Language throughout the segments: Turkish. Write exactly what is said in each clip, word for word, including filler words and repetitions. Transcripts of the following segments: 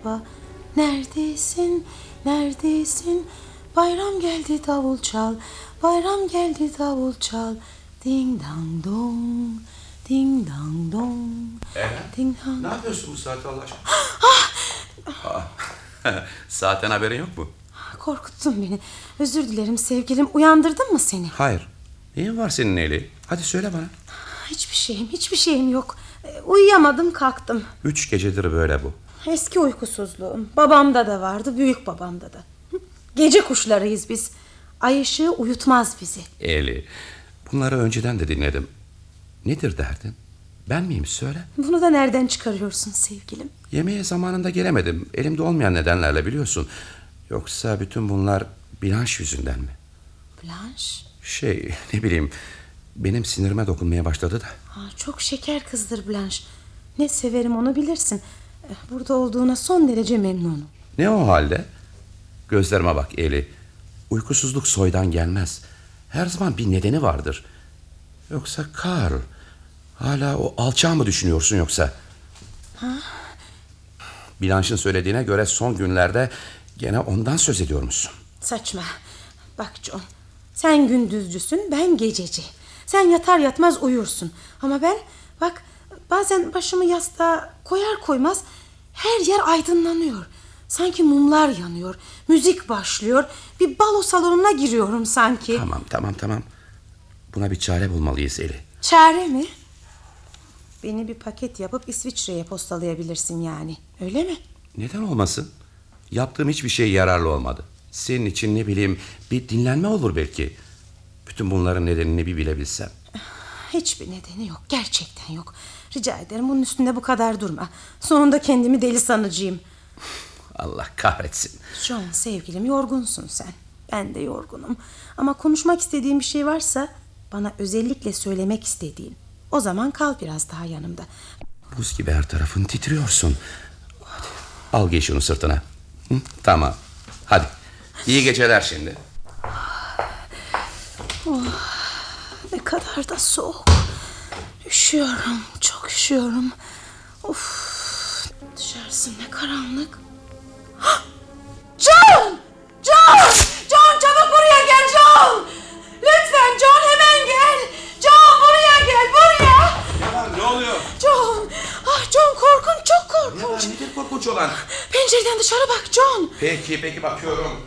baba. Neredesin, neredesin? Bayram geldi davul çal, bayram geldi davul çal. Ding dang dong, ding dang dong. Eren, ding dang. Ne yapıyorsun bu saatte Allah aşkına? Ah! Saatten haberin yok mu? Korkuttun beni. Özür dilerim sevgilim. Uyandırdım mı seni? Hayır. Neyin var senin Eli? Hadi söyle bana. Hiçbir şeyim, hiçbir şeyim yok. Uyuyamadım, kalktım. Üç gecedir böyle bu. Eski uykusuzluğum. Babamda da vardı, büyük babamda da. Gece kuşlarıyız biz. Ay ışığı uyutmaz bizi. Eli, bunları önceden de dinledim. Nedir derdin? Ben miyim söyle. Bunu da nereden çıkarıyorsun sevgilim? Yemeğe zamanında gelemedim. Elimde olmayan nedenlerle biliyorsun. Yoksa bütün bunlar Blanche yüzünden mi? Blanche? Şey, ne bileyim, benim sinirime dokunmaya başladı da. Ha, çok şeker kızdır Blanche. Ne severim onu bilirsin. Burada olduğuna son derece memnunum. Ne o halde? Gözlerime bak Eli. Uykusuzluk soydan gelmez. Her zaman bir nedeni vardır. Yoksa Karl, hala o alçağı mı düşünüyorsun yoksa? Ha? Blanche'ın söylediğine göre son günlerde gene ondan söz ediyormuşsun. Saçma. Bak John, sen gündüzcüsün, ben gececi. Sen yatar yatmaz uyursun. Ama ben bak bazen başımı yastığa koyar koymaz her yer aydınlanıyor. Sanki mumlar yanıyor, müzik başlıyor. Bir balo salonuna giriyorum sanki. Tamam tamam tamam. Buna bir çare bulmalıyız Eli. Çare mi? Beni bir paket yapıp İsviçre'ye postalayabilirsin yani, öyle mi? Neden olmasın? Yaptığım hiçbir şey yararlı olmadı. Senin için ne bileyim bir dinlenme olur belki. Bütün bunların nedenini bir bilebilsem. Hiçbir nedeni yok, gerçekten yok. Rica ederim bunun üstünde bu kadar durma. Sonunda kendimi deli sanacağım. Allah kahretsin. John sevgilim, yorgunsun sen. Ben de yorgunum. Ama konuşmak istediğim bir şey varsa bana özellikle söylemek istediğin. O zaman kal biraz daha yanımda. Buz gibi her tarafın titriyorsun. Hadi, al giy şunu sırtına. Hı, tamam. Hadi. İyi geceler şimdi. Oh, ne kadar da soğuk. Üşüyorum, çok üşüyorum. Of, dışarısı ne karanlık. John! John! John çabuk buraya gel John! Lütfen John hemen gel. John buraya gel, buraya. Ne var, ne oluyor? John! Ah John, korkunç, çok korkunç. Ne var, nedir korkunç olan? Pencereden dışarı bak John. Peki peki bakıyorum.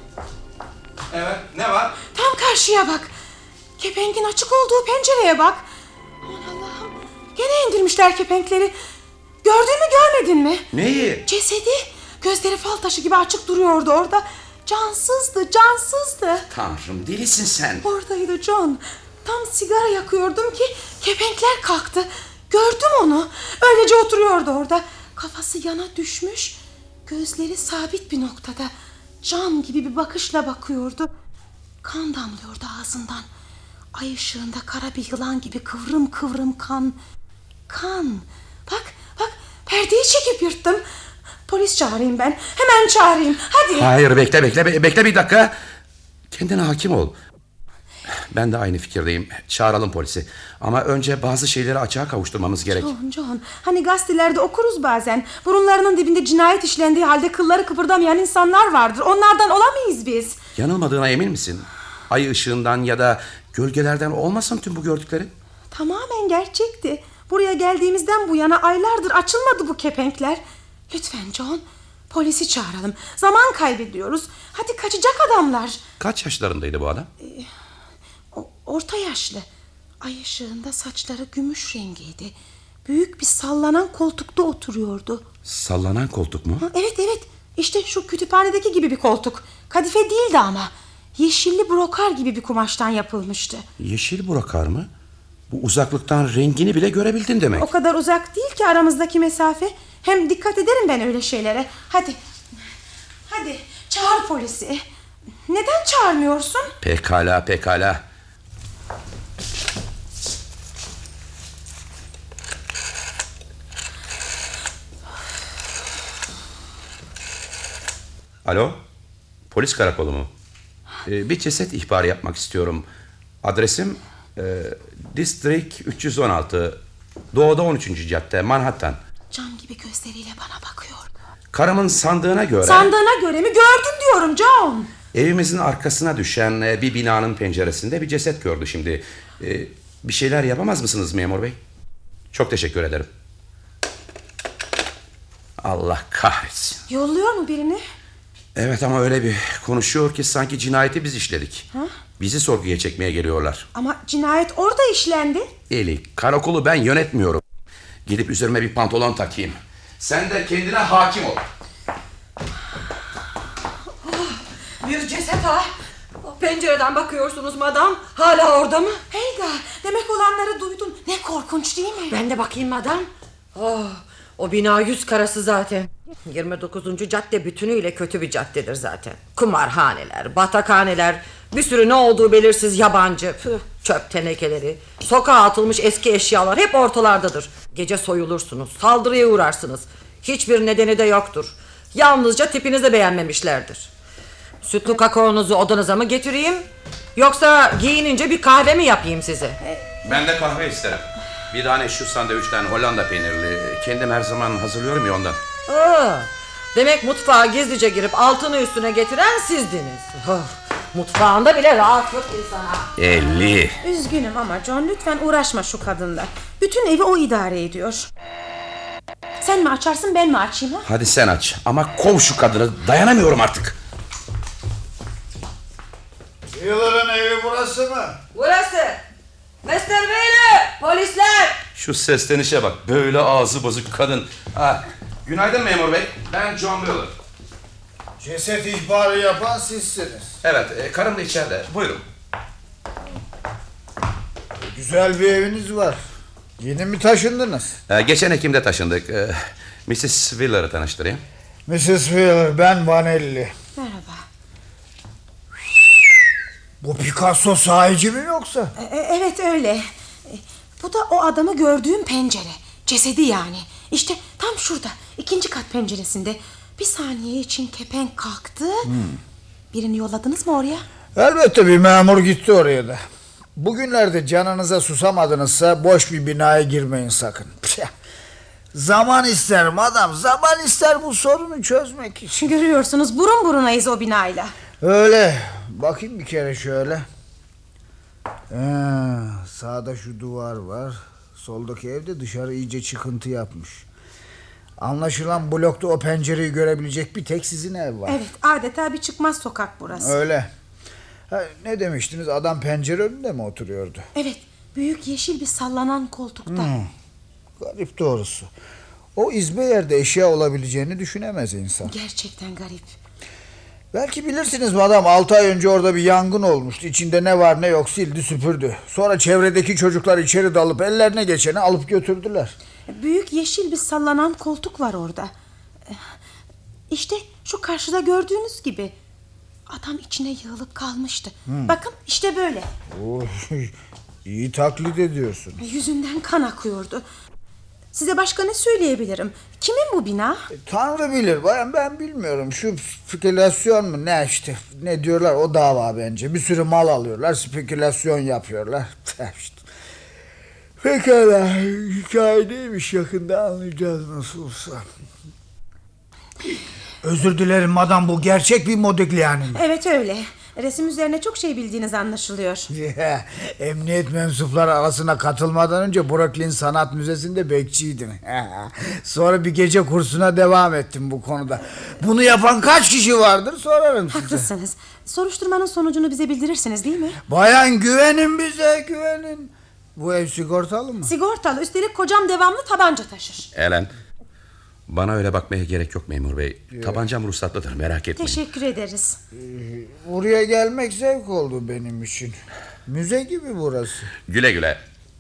Evet, ne var? Tam karşıya bak. Kepengin açık olduğu pencereye bak. Aman Allah'ım. Gene indirmişler kepenkleri. Gördün mü görmedin mi? Neyi? Cesedi. Gözleri fal taşı gibi açık duruyordu orada. Cansızdı, cansızdı. Tanrım, delisin sen. Oradaydı John. Tam sigara yakıyordum ki kepenkler kalktı. Gördüm onu. Öylece oturuyordu orada. Kafası yana düşmüş. Gözleri sabit bir noktada. Cam gibi bir bakışla bakıyordu. Kan damlıyordu ağzından. Ay ışığında kara bir yılan gibi kıvrım kıvrım kan. Kan. Bak bak, perdeyi çekip yırttım. Polis çağırayım ben. Hemen çağırayım. Hadi. Hayır, bekle bekle bekle bir dakika. Kendine hakim ol. Ben de aynı fikirdeyim. Çağıralım polisi. Ama önce bazı şeyleri açığa kavuşturmamız gerek. John, John. Hani gazetelerde okuruz bazen. Burunlarının dibinde cinayet işlendiği halde kılları kıpırdamayan insanlar vardır. Onlardan olamayız biz. Yanılmadığına emin misin? Ay ışığından ya da gölgelerden olmasın tüm bu gördükleri? Tamamen gerçekti. Buraya geldiğimizden bu yana aylardır açılmadı bu kepenkler. Lütfen John, polisi çağıralım. Zaman kaybediyoruz. Hadi, kaçacak adamlar. Kaç yaşlarındaydı bu adam? Ee, o, orta yaşlı. Ay ışığında saçları gümüş rengiydi. Büyük bir sallanan koltukta oturuyordu. Sallanan koltuk mu? Ha, evet evet. İşte şu kütüphanedeki gibi bir koltuk. Kadife değildi ama. Yeşilli brokar gibi bir kumaştan yapılmıştı. Yeşil brokar mı? Bu uzaklıktan rengini bile görebildin demek. O kadar uzak değil ki aramızdaki mesafe. Hem dikkat ederim ben öyle şeylere. Hadi. Hadi çağır polisi. Neden çağırmıyorsun? Pekala pekala. Alo? Polis karakolu mu? Ee, bir ceset ihbarı yapmak istiyorum. Adresim e, District üç yüz on altı, Doğu'da on üçüncü cadde, Manhattan. Cam gibi gözleriyle bana bakıyor. Karımın sandığına göre... Sandığına göre mi? Gördüm diyorum John. Evimizin arkasına düşen bir binanın penceresinde bir ceset gördü şimdi. Ee, bir şeyler yapamaz mısınız memur bey? Çok teşekkür ederim. Allah kahretsin. Yolluyor mu birini? Evet, ama öyle bir konuşuyor ki sanki cinayeti biz işledik. Ha? Bizi sorguya çekmeye geliyorlar. Ama cinayet orada işlendi. Eli, karakolu ben yönetmiyorum. Gidip üzerime bir pantolon takayım. Sen de kendine hakim ol. Bir ceset ha. Pencereden bakıyorsunuz madam. Hala orada mı? Helga, demek olanları duydun. Ne korkunç değil mi? Ben de bakayım madam. Oh, o bina yüz karası zaten. yirmi dokuzuncu cadde bütünüyle kötü bir caddedir zaten. Kumarhaneler, batakhaneler, bir sürü ne olduğu belirsiz yabancı, püh, çöp tenekeleri, sokağa atılmış eski eşyalar hep ortalardadır. Gece soyulursunuz, saldırıya uğrarsınız. Hiçbir nedeni de yoktur. Yalnızca tipinizi beğenmemişlerdir. Sütlü kakaonuzu odanıza mı getireyim, yoksa giyinince bir kahve mi yapayım size? Ben de kahve isterim. Bir tane şu sandviçten Hollanda peynirli. Kendim her zaman hazırlıyorum ya ondan. Aa, demek mutfağa gizlice girip altını üstüne getiren sizdiniz. Oh, mutfağında bile rahat yok insana. elli. Üzgünüm ama John, lütfen uğraşma şu kadınla. Bütün evi o idare ediyor. Sen mi açarsın, ben mi açayım ha? Hadi sen aç ama kov şu kadını, dayanamıyorum artık. Wheeler'ın evi burası mı? Burası. mister Wheeler, polisler. Şu seslenişe bak, böyle ağzı bozuk kadın. Ha, günaydın memur bey, ben John Wheeler. Ceset ihbarı yapan sizsiniz. Evet, e, karım da içeride, buyurun. Güzel bir eviniz var. Yeni mi taşındınız? E, geçen Ekim'de taşındık. E, missus Wheeler'ı tanıştırayım. missus Wheeler, ben Vanelli. Merhaba. Bu Picasso sahici mi yoksa? E, e, evet öyle. E, bu da o adamı gördüğüm pencere. Cesedi yani. İşte tam şurada, ikinci kat penceresinde. Bir saniye için kepenk kalktı. Hmm. Birini yolladınız mı oraya? Elbette bir memur gitti oraya da. Bugünlerde canınıza susamadınızsa boş bir binaya girmeyin sakın. Zaman ister madam, zaman ister bu sorunu çözmek için. Görüyorsunuz, burun burunayız o binayla. Öyle. Bakayım bir kere şöyle. Ee, sağda şu duvar var. Soldaki evde dışarı iyice çıkıntı yapmış. Anlaşılan blokta o pencereyi görebilecek bir tek sizin ev var. Evet, adeta bir çıkmaz sokak burası. Öyle. Ha, ne demiştiniz, adam pencere önünde mi oturuyordu? Evet, büyük yeşil bir sallanan koltukta. Hmm, garip doğrusu. O izbe yerde eşya olabileceğini düşünemez insan. Gerçekten garip. Belki bilirsiniz madam, altı ay önce orada bir yangın olmuştu. İçinde ne var ne yok sildi süpürdü. Sonra çevredeki çocuklar içeri dalıp ellerine geçeni alıp götürdüler. Büyük yeşil bir sallanan koltuk var orada. İşte şu karşıda gördüğünüz gibi. Adam içine yığılıp kalmıştı. Hmm. Bakın işte böyle. Oy, iyi taklit ediyorsun. Yüzünden kan akıyordu. Size başka ne söyleyebilirim? Kimin bu bina? E, Tanrı bilir bayan, ben bilmiyorum. Şu spekülasyon mu ne işte, ne diyorlar, o dava bence. Bir sürü mal alıyorlar, spekülasyon yapıyorlar. İşte. Pekala, hikaye neymiş yakında anlayacağız nasıl olsa. Özür dilerim madam, bu gerçek bir Modigliani mi? Evet öyle. Resim üzerine çok şey bildiğiniz anlaşılıyor. Emniyet mensupları arasına katılmadan önce Brooklyn Sanat Müzesi'nde bekçiydim. Sonra bir gece kursuna devam ettim bu konuda. Bunu yapan kaç kişi vardır sorarım size. Haklısınız. Soruşturmanın sonucunu bize bildirirsiniz değil mi? Bayan güvenin bize, güvenin. Bu ev sigortalı mı? Sigortalı. Üstelik kocam devamlı tabanca taşır. Ellen, bana öyle bakmaya gerek yok memur bey. Tabancam ruhsatlıdır, merak etmeyin. Teşekkür ederiz. Ee, buraya gelmek zevk oldu benim için. Müze gibi burası. Güle güle.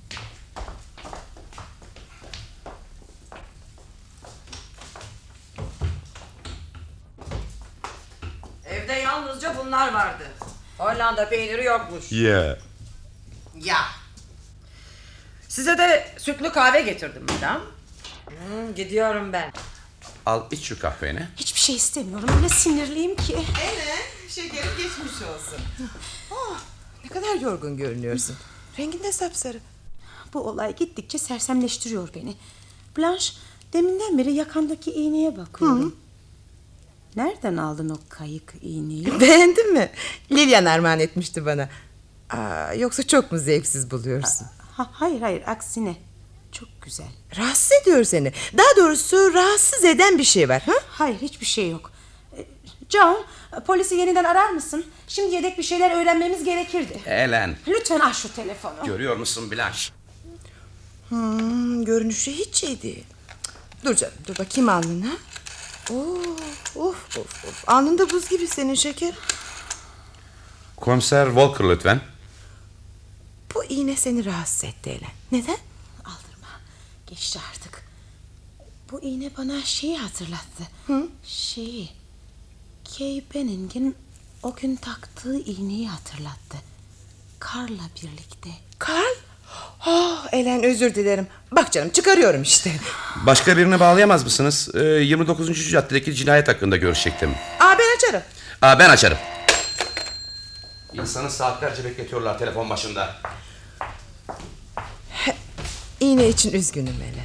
Evde yalnızca bunlar vardı. Hollanda peyniri yokmuş. Ya. Yeah. Ya. Size de sütlü kahve getirdim madam. Hmm, gidiyorum ben. Al iç şu kahveni. Hiçbir şey istemiyorum. Öyle sinirliyim ki. Ene, şekerim geçmiş olsun. Oh, ne kadar yorgun görünüyorsun. Rengin de sapsarı. Bu olay gittikçe sersemleştiriyor beni. Blanche, deminden beri yakandaki iğneye bakıyorum. Nereden aldın o kayık iğneyi? Beğendin mi? Lilian armağan etmişti bana. Aa, yoksa çok mu zevksiz buluyorsun? Ha, hayır hayır aksine. Çok güzel. Rahatsız ediyor seni. Daha doğrusu rahatsız eden bir şey var. Ha? Hayır hiçbir şey yok. Ee, John, polisi yeniden arar mısın? Şimdi yedek bir şeyler öğrenmemiz gerekirdi. Ellen, Lütfen aç şu telefonu. görüyor musun Blanche? Hmm, görünüşü hiç şey değil. Dur canım, dur bakayım alnına. Oo, of, of, of. Alnında buz gibi senin şeker. Komiser Walker lütfen. Bu iğne seni rahatsız etti Ellen. Neden? Aldırma. Geçti artık. Bu iğne bana şeyi hatırlattı. Hı? Şeyi. Kay Benning'in o gün taktığı iğneyi hatırlattı. Karla birlikte. Karl? Oh, Ellen özür dilerim. Bak canım çıkarıyorum işte. Başka birini bağlayamaz mısınız? Ee, yirmi dokuzuncu caddedeki cinayet hakkında görüşecektim. Aa, ben açarım. Aa, ben açarım. İnsanı saatlerce bekletiyorlar telefon başında. İğne için üzgünüm Ellen.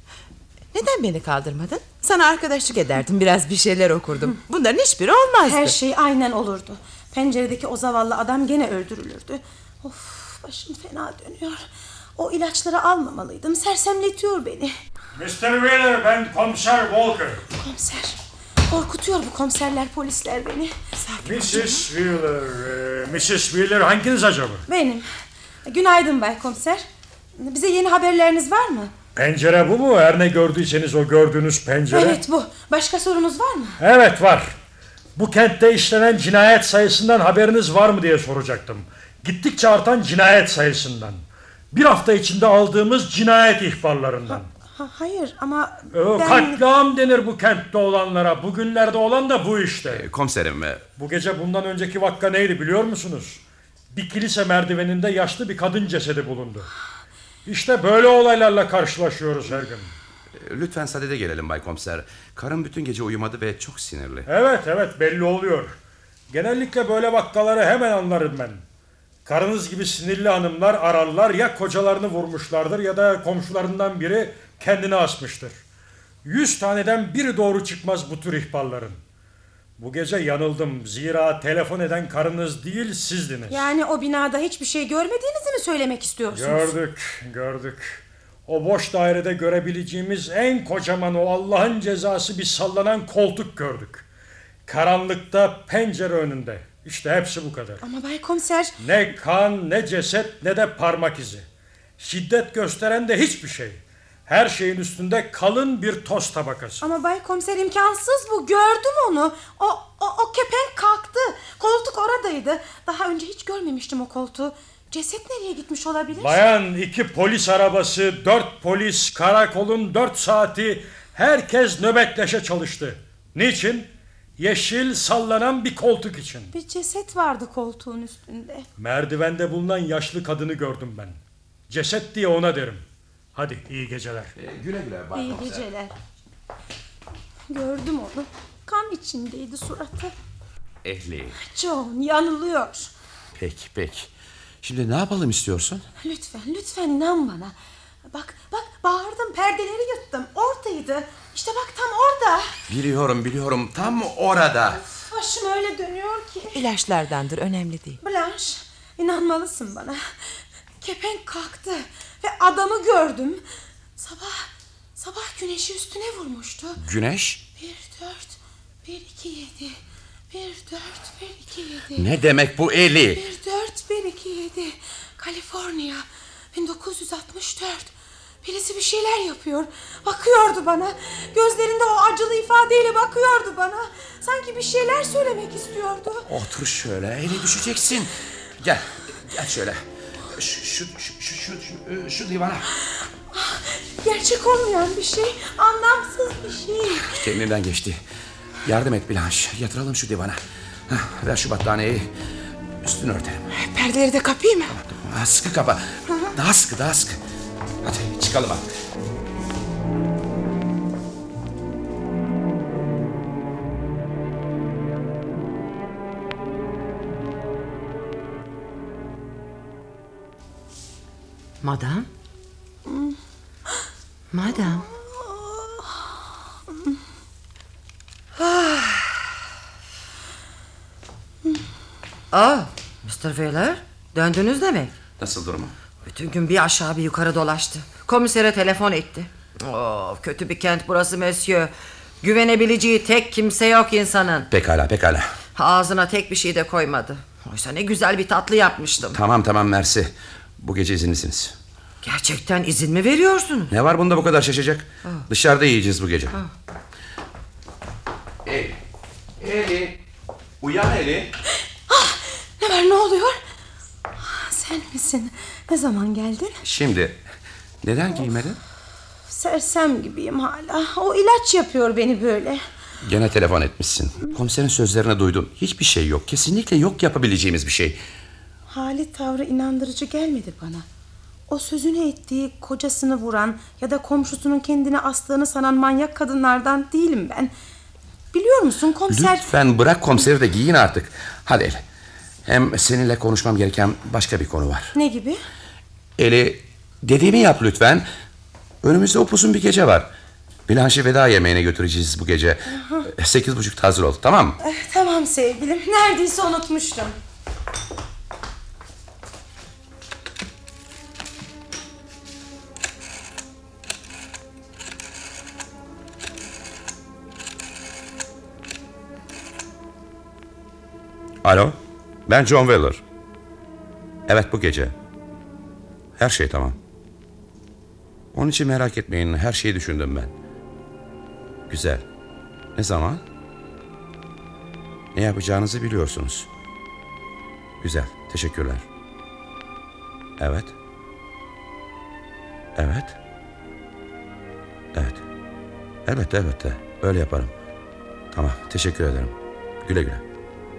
Neden beni kaldırmadın? Sana arkadaşlık ederdim, biraz bir şeyler okurdum. Bunların hiçbiri olmazdı. Her şey aynen olurdu. Penceredeki o zavallı adam gene öldürülürdü. Of, başım fena dönüyor. O ilaçları almamalıydım. Sersemletiyor beni. mister Wheeler, ben komiser Walker. Komiser. Korkutuyor bu komiserler, polisler beni. missus Wheeler, e, missus Wheeler hanginiz acaba? Benim. Günaydın Bay Komiser. Bize yeni haberleriniz var mı? Pencere bu mu? Her ne gördüyseniz o gördüğünüz pencere. Evet bu. Başka sorunuz var mı? Evet var. Bu kentte işlenen cinayet sayısından haberiniz var mı diye soracaktım. Gittikçe artan cinayet sayısından. Bir hafta içinde aldığımız cinayet ihbarlarından. Ha, hayır ama Ee, ben... Katliam denir bu kentte olanlara. Bugünlerde olan da bu işte. Ee, komiserim, e, Bu gece bundan önceki vakka neydi biliyor musunuz? Bir kilise merdiveninde yaşlı bir kadın cesedi bulundu. İşte böyle olaylarla karşılaşıyoruz her gün. lütfen sadede gelelim Bay Komiser. Karım bütün gece uyumadı ve çok sinirli. Evet evet belli oluyor. Genellikle böyle vakaları hemen anlarım ben. Karınız gibi sinirli hanımlar ararlar, ya kocalarını vurmuşlardır ya da komşularından biri kendini asmıştır. Yüz taneden biri doğru çıkmaz bu tür ihbarların. Bu gece yanıldım. Zira telefon eden karınız değil sizdiniz. Yani o binada hiçbir şey görmediğinizi mi söylemek istiyorsunuz? Gördük, gördük. O boş dairede görebileceğimiz en kocaman, o Allah'ın cezası bir sallanan koltuk gördük. Karanlıkta pencere önünde. İşte hepsi bu kadar. Ama Bay Komiser... Ne kan, ne ceset, ne de parmak izi. Şiddet gösteren de hiçbir şey. Her şeyin üstünde kalın bir toz tabakası. Ama Bay Komiser imkansız bu. Gördüm onu. O, o, o kepenk kalktı. Koltuk oradaydı. Daha önce hiç görmemiştim o koltuğu. Ceset nereye gitmiş olabilir? Bayan, iki polis arabası, dört polis, karakolun dört saati, herkes nöbetleşe çalıştı. Niçin? Yeşil sallanan bir koltuk için. Bir ceset vardı koltuğun üstünde. Merdivende bulunan yaşlı kadını gördüm ben. Ceset diye ona derim. Hadi iyi geceler. E, güle güle Bay İyi Komiser. geceler. Gördüm onu. Kan içindeydi suratı. Ehli. John yanılıyor. Peki peki. Şimdi ne yapalım istiyorsun? Lütfen lütfen inan bana. Bak bak bağırdım, perdeleri yırttım. Oradaydı. İşte bak tam orada. Biliyorum biliyorum, tam orada. Başım öyle dönüyor ki. İlaçlardandır, önemli değil. Blanche, inanmalısın bana. Kepenk kalktı ve adamı gördüm. Sabah sabah güneşi üstüne vurmuştu. Güneş? Bir dört bir iki yedi. Bir dört bir iki yedi. Ne demek bu Eli? Bir dört bir iki yedi. Kaliforniya bin dokuz yüz altmış dört. Birisi bir şeyler yapıyor. Bakıyordu bana. Gözlerinde o acılı ifadeyle bakıyordu bana. Sanki bir şeyler söylemek istiyordu. Otur şöyle, Eli düşeceksin. Gel, gel şöyle. Şu, şu, şu, şu, şu, şu, şu divana. Gerçek olmayan bir şey. Anlamsız bir şey. Kendinden geçti. Yardım et Blanche, yatıralım şu divana. Hah, ver şu battaniyeyi. Üstünü örtelim. Perdeleri de kapayım mı? Ha, sıkı kapa. Daha sıkı, daha sıkı. Hadi çıkalım artık. Madam? Madam? Ah, Aa, mister Wheeler, döndünüz demek. Nasıl durumu? Bütün gün bir aşağı bir yukarı dolaştı. Komisere telefon etti. Oh, kötü bir kent burası monsieur. Güvenebileceği tek kimse yok insanın. Pekala pekala. Ağzına tek bir şey de koymadı. Oysa ne güzel bir tatlı yapmıştım. Tamam tamam Mersi. Bu gece izinlisiniz. Gerçekten izin mi veriyorsunuz? Ne var bunda bu kadar şaşacak? Ha. Dışarıda yiyeceğiz bu gece. Ha. Eli. Eli. Uyan Eli. Ah, ne var, ne oluyor? Ah, sen misin? Ne zaman geldin? Şimdi neden giymedin? Sersem gibiyim hala. O ilaç yapıyor beni böyle. Gene telefon etmişsin. Komiserin sözlerini duydum. Hiçbir şey yok. Kesinlikle yok yapabileceğimiz bir şey. Hali tavrı inandırıcı gelmedi bana. O sözünü ettiği kocasını vuran ya da komşusunun kendine astığını sanan manyak kadınlardan değilim ben. Biliyor musun komiser... Lütfen bırak komiseri de giyin artık. Hadi Eli. Hem seninle konuşmam gereken başka bir konu var. Ne gibi? Eli, dediğimi yap lütfen. Önümüzde upuzun bir gece var. Blanche'i veda yemeğine götüreceğiz bu gece. Sekiz buçukta hazır ol, tamam mı? Eh, tamam sevgilim, neredeyse unutmuştum. Alo, ben John Wheeler. Evet, bu gece. Her şey tamam. Onun için merak etmeyin, her şeyi düşündüm ben. Güzel. Ne zaman? Ne yapacağınızı biliyorsunuz. Güzel, teşekkürler. Evet. Evet. Evet. Elbette, elbette. Öyle yaparım. Tamam, teşekkür ederim. Güle güle.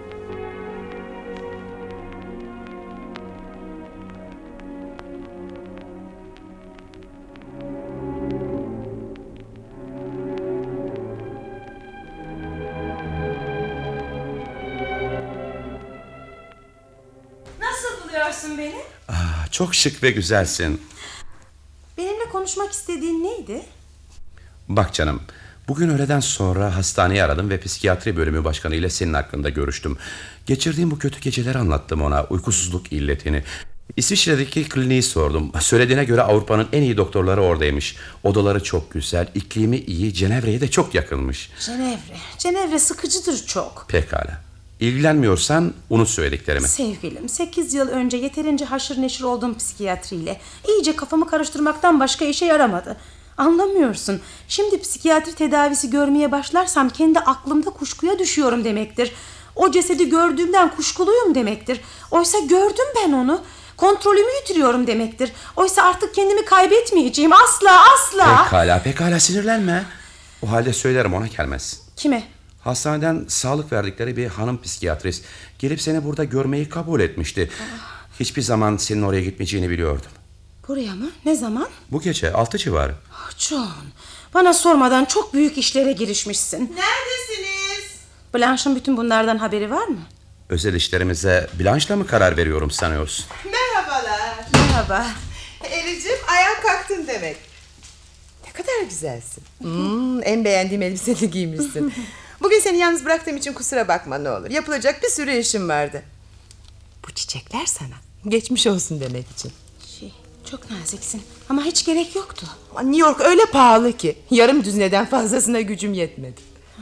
Nasıl buluyorsun beni? Ah, çok şık ve güzelsin. Benimle konuşmak istediğin neydi? Bak canım, bugün öğleden sonra hastaneyi aradım ve psikiyatri bölümü başkanı ile senin hakkında görüştüm. Geçirdiğim bu kötü geceleri anlattım ona, uykusuzluk illetini. İsviçre'deki kliniği sordum. Söylediğine göre Avrupa'nın en iyi doktorları oradaymış. Odaları çok güzel, iklimi iyi, Cenevre'ye de çok yakınmış. Cenevre. Cenevre sıkıcıdır çok. Pekala. İlgilenmiyorsan unut söylediklerimi. Sevgilim, sekiz yıl önce yeterince haşır neşir olduğum psikiyatriyle iyice kafamı karıştırmaktan başka işe yaramadı. Anlamıyorsun. Şimdi psikiyatri tedavisi görmeye başlarsam kendi aklımda kuşkuya düşüyorum demektir. O cesedi gördüğümden kuşkuluyum demektir. Oysa gördüm ben onu. Kontrolümü yitiriyorum demektir. Oysa artık kendimi kaybetmeyeceğim. Asla asla. Pekala pekala, sinirlenme. O halde söylerim, ona gelmez. Kime? Hastaneden sağlık verdikleri bir hanım psikiyatrist gelip seni burada görmeyi kabul etmişti. Hiçbir zaman senin oraya gitmeyeceğini biliyordum. Buraya mı? Ne zaman? Bu gece altı civarı. Oh John, bana sormadan çok büyük işlere girişmişsin. Neredesiniz? Blanche'ın bütün bunlardan haberi var mı? Özel işlerimize Blanche'la mı karar veriyorum sanıyorsun? Merhabalar. Merhaba. Elicim, ayağa kalktın demek. Ne kadar güzelsin. Hmm, en beğendiğim elbiseni giymişsin. Bugün seni yalnız bıraktığım için kusura bakma ne olur. Yapılacak bir sürü işim vardı. Bu çiçekler sana. Geçmiş olsun demek için. Şey, çok naziksin ama hiç gerek yoktu. Ama New York öyle pahalı ki yarım düzineden fazlasına gücüm yetmedi.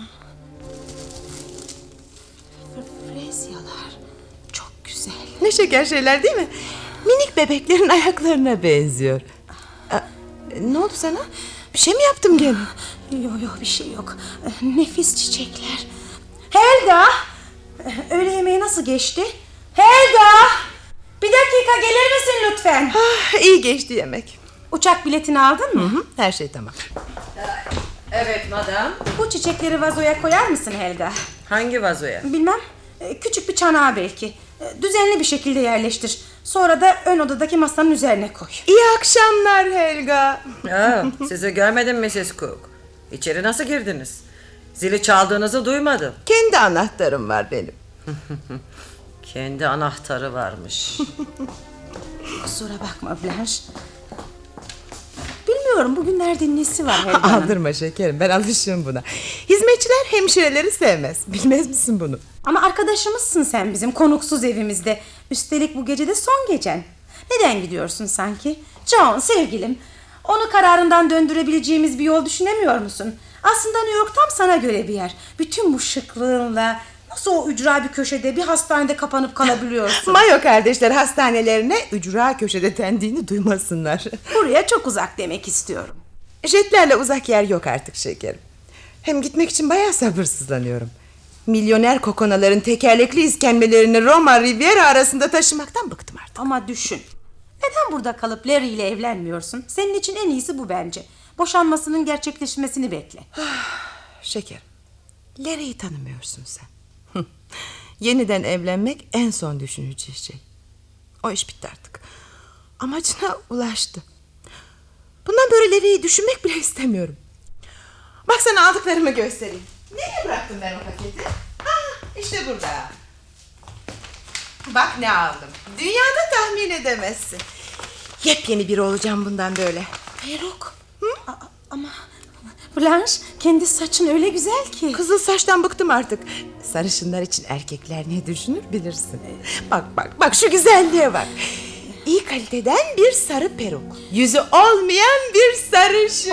Frezyalar çok güzel. Ne şeker şeyler değil mi? Minik bebeklerin ayaklarına benziyor. Aa, ne oldu sana? Bir şey mi yaptım gene? Yok yok, bir şey yok. Nefis çiçekler. Helga! Öğle yemeği nasıl geçti? Helga! Bir dakika gelir misin lütfen? Ah, iyi geçti yemek. Uçak biletini aldın mı? Hı hı, her şey tamam. Evet madam. Bu çiçekleri vazoya koyar mısın Helga? Hangi vazoya? Bilmem. Küçük bir çanağa belki. Düzenli bir şekilde yerleştir. Sonra da ön odadaki masanın üzerine koy. İyi akşamlar Helga. Aa, sizi görmedim missus Cook. İçeri nasıl girdiniz? Zili çaldığınızı duymadım. Kendi anahtarım var benim. Kendi anahtarı varmış. Kusura bakma Blanche. Bilmiyorum bugünlerde nesi var Helga'nın. Aldırma şekerim, ben alışığım buna. Hizmetçiler hemşireleri sevmez. Bilmez misin bunu? Ama arkadaşımızsın sen bizim konuksuz evimizde. Üstelik bu gece de son gecen. Neden gidiyorsun sanki? John sevgilim, onu kararından döndürebileceğimiz bir yol düşünemiyor musun? Aslında New York tam sana göre bir yer. Bütün bu şıklığınla nasıl o ücra bir köşede bir hastanede kapanıp kalabiliyorsun? Mayo kardeşler hastanelerine ücra köşede dendiğini duymasınlar. Buraya çok uzak demek istiyorum. Jetlerle uzak yer yok artık şekerim. Hem gitmek için bayağı sabırsızlanıyorum. Milyoner kokonaların tekerlekli iskemlelerini Roma Riviera arasında taşımaktan bıktım artık. Ama düşün. Neden burada kalıp Larry ile evlenmiyorsun? Senin için en iyisi bu bence. Boşanmasının gerçekleşmesini bekle. Şeker, Larry'i tanımıyorsun sen. Yeniden evlenmek en son düşüneceği şey. O iş bitti artık. Amacına ulaştı. Bundan böyle Larry'i düşünmek bile istemiyorum. Bak sana aldıklarımı göstereyim. Nereye bıraktım ben o paketi? Ha, işte burada. Bak ne aldım. Dünyada tahmin edemezsin. Yepyeni biri olacağım bundan böyle. Peruk. Hı? A- ama Blanche, kendi saçın öyle güzel ki. Kızıl saçtan bıktım artık. Sarışınlar için erkekler ne düşünür bilirsin. Bak bak bak şu güzelliğe bak. İyi kaliteden bir sarı peruk. Yüzü olmayan bir sarışın.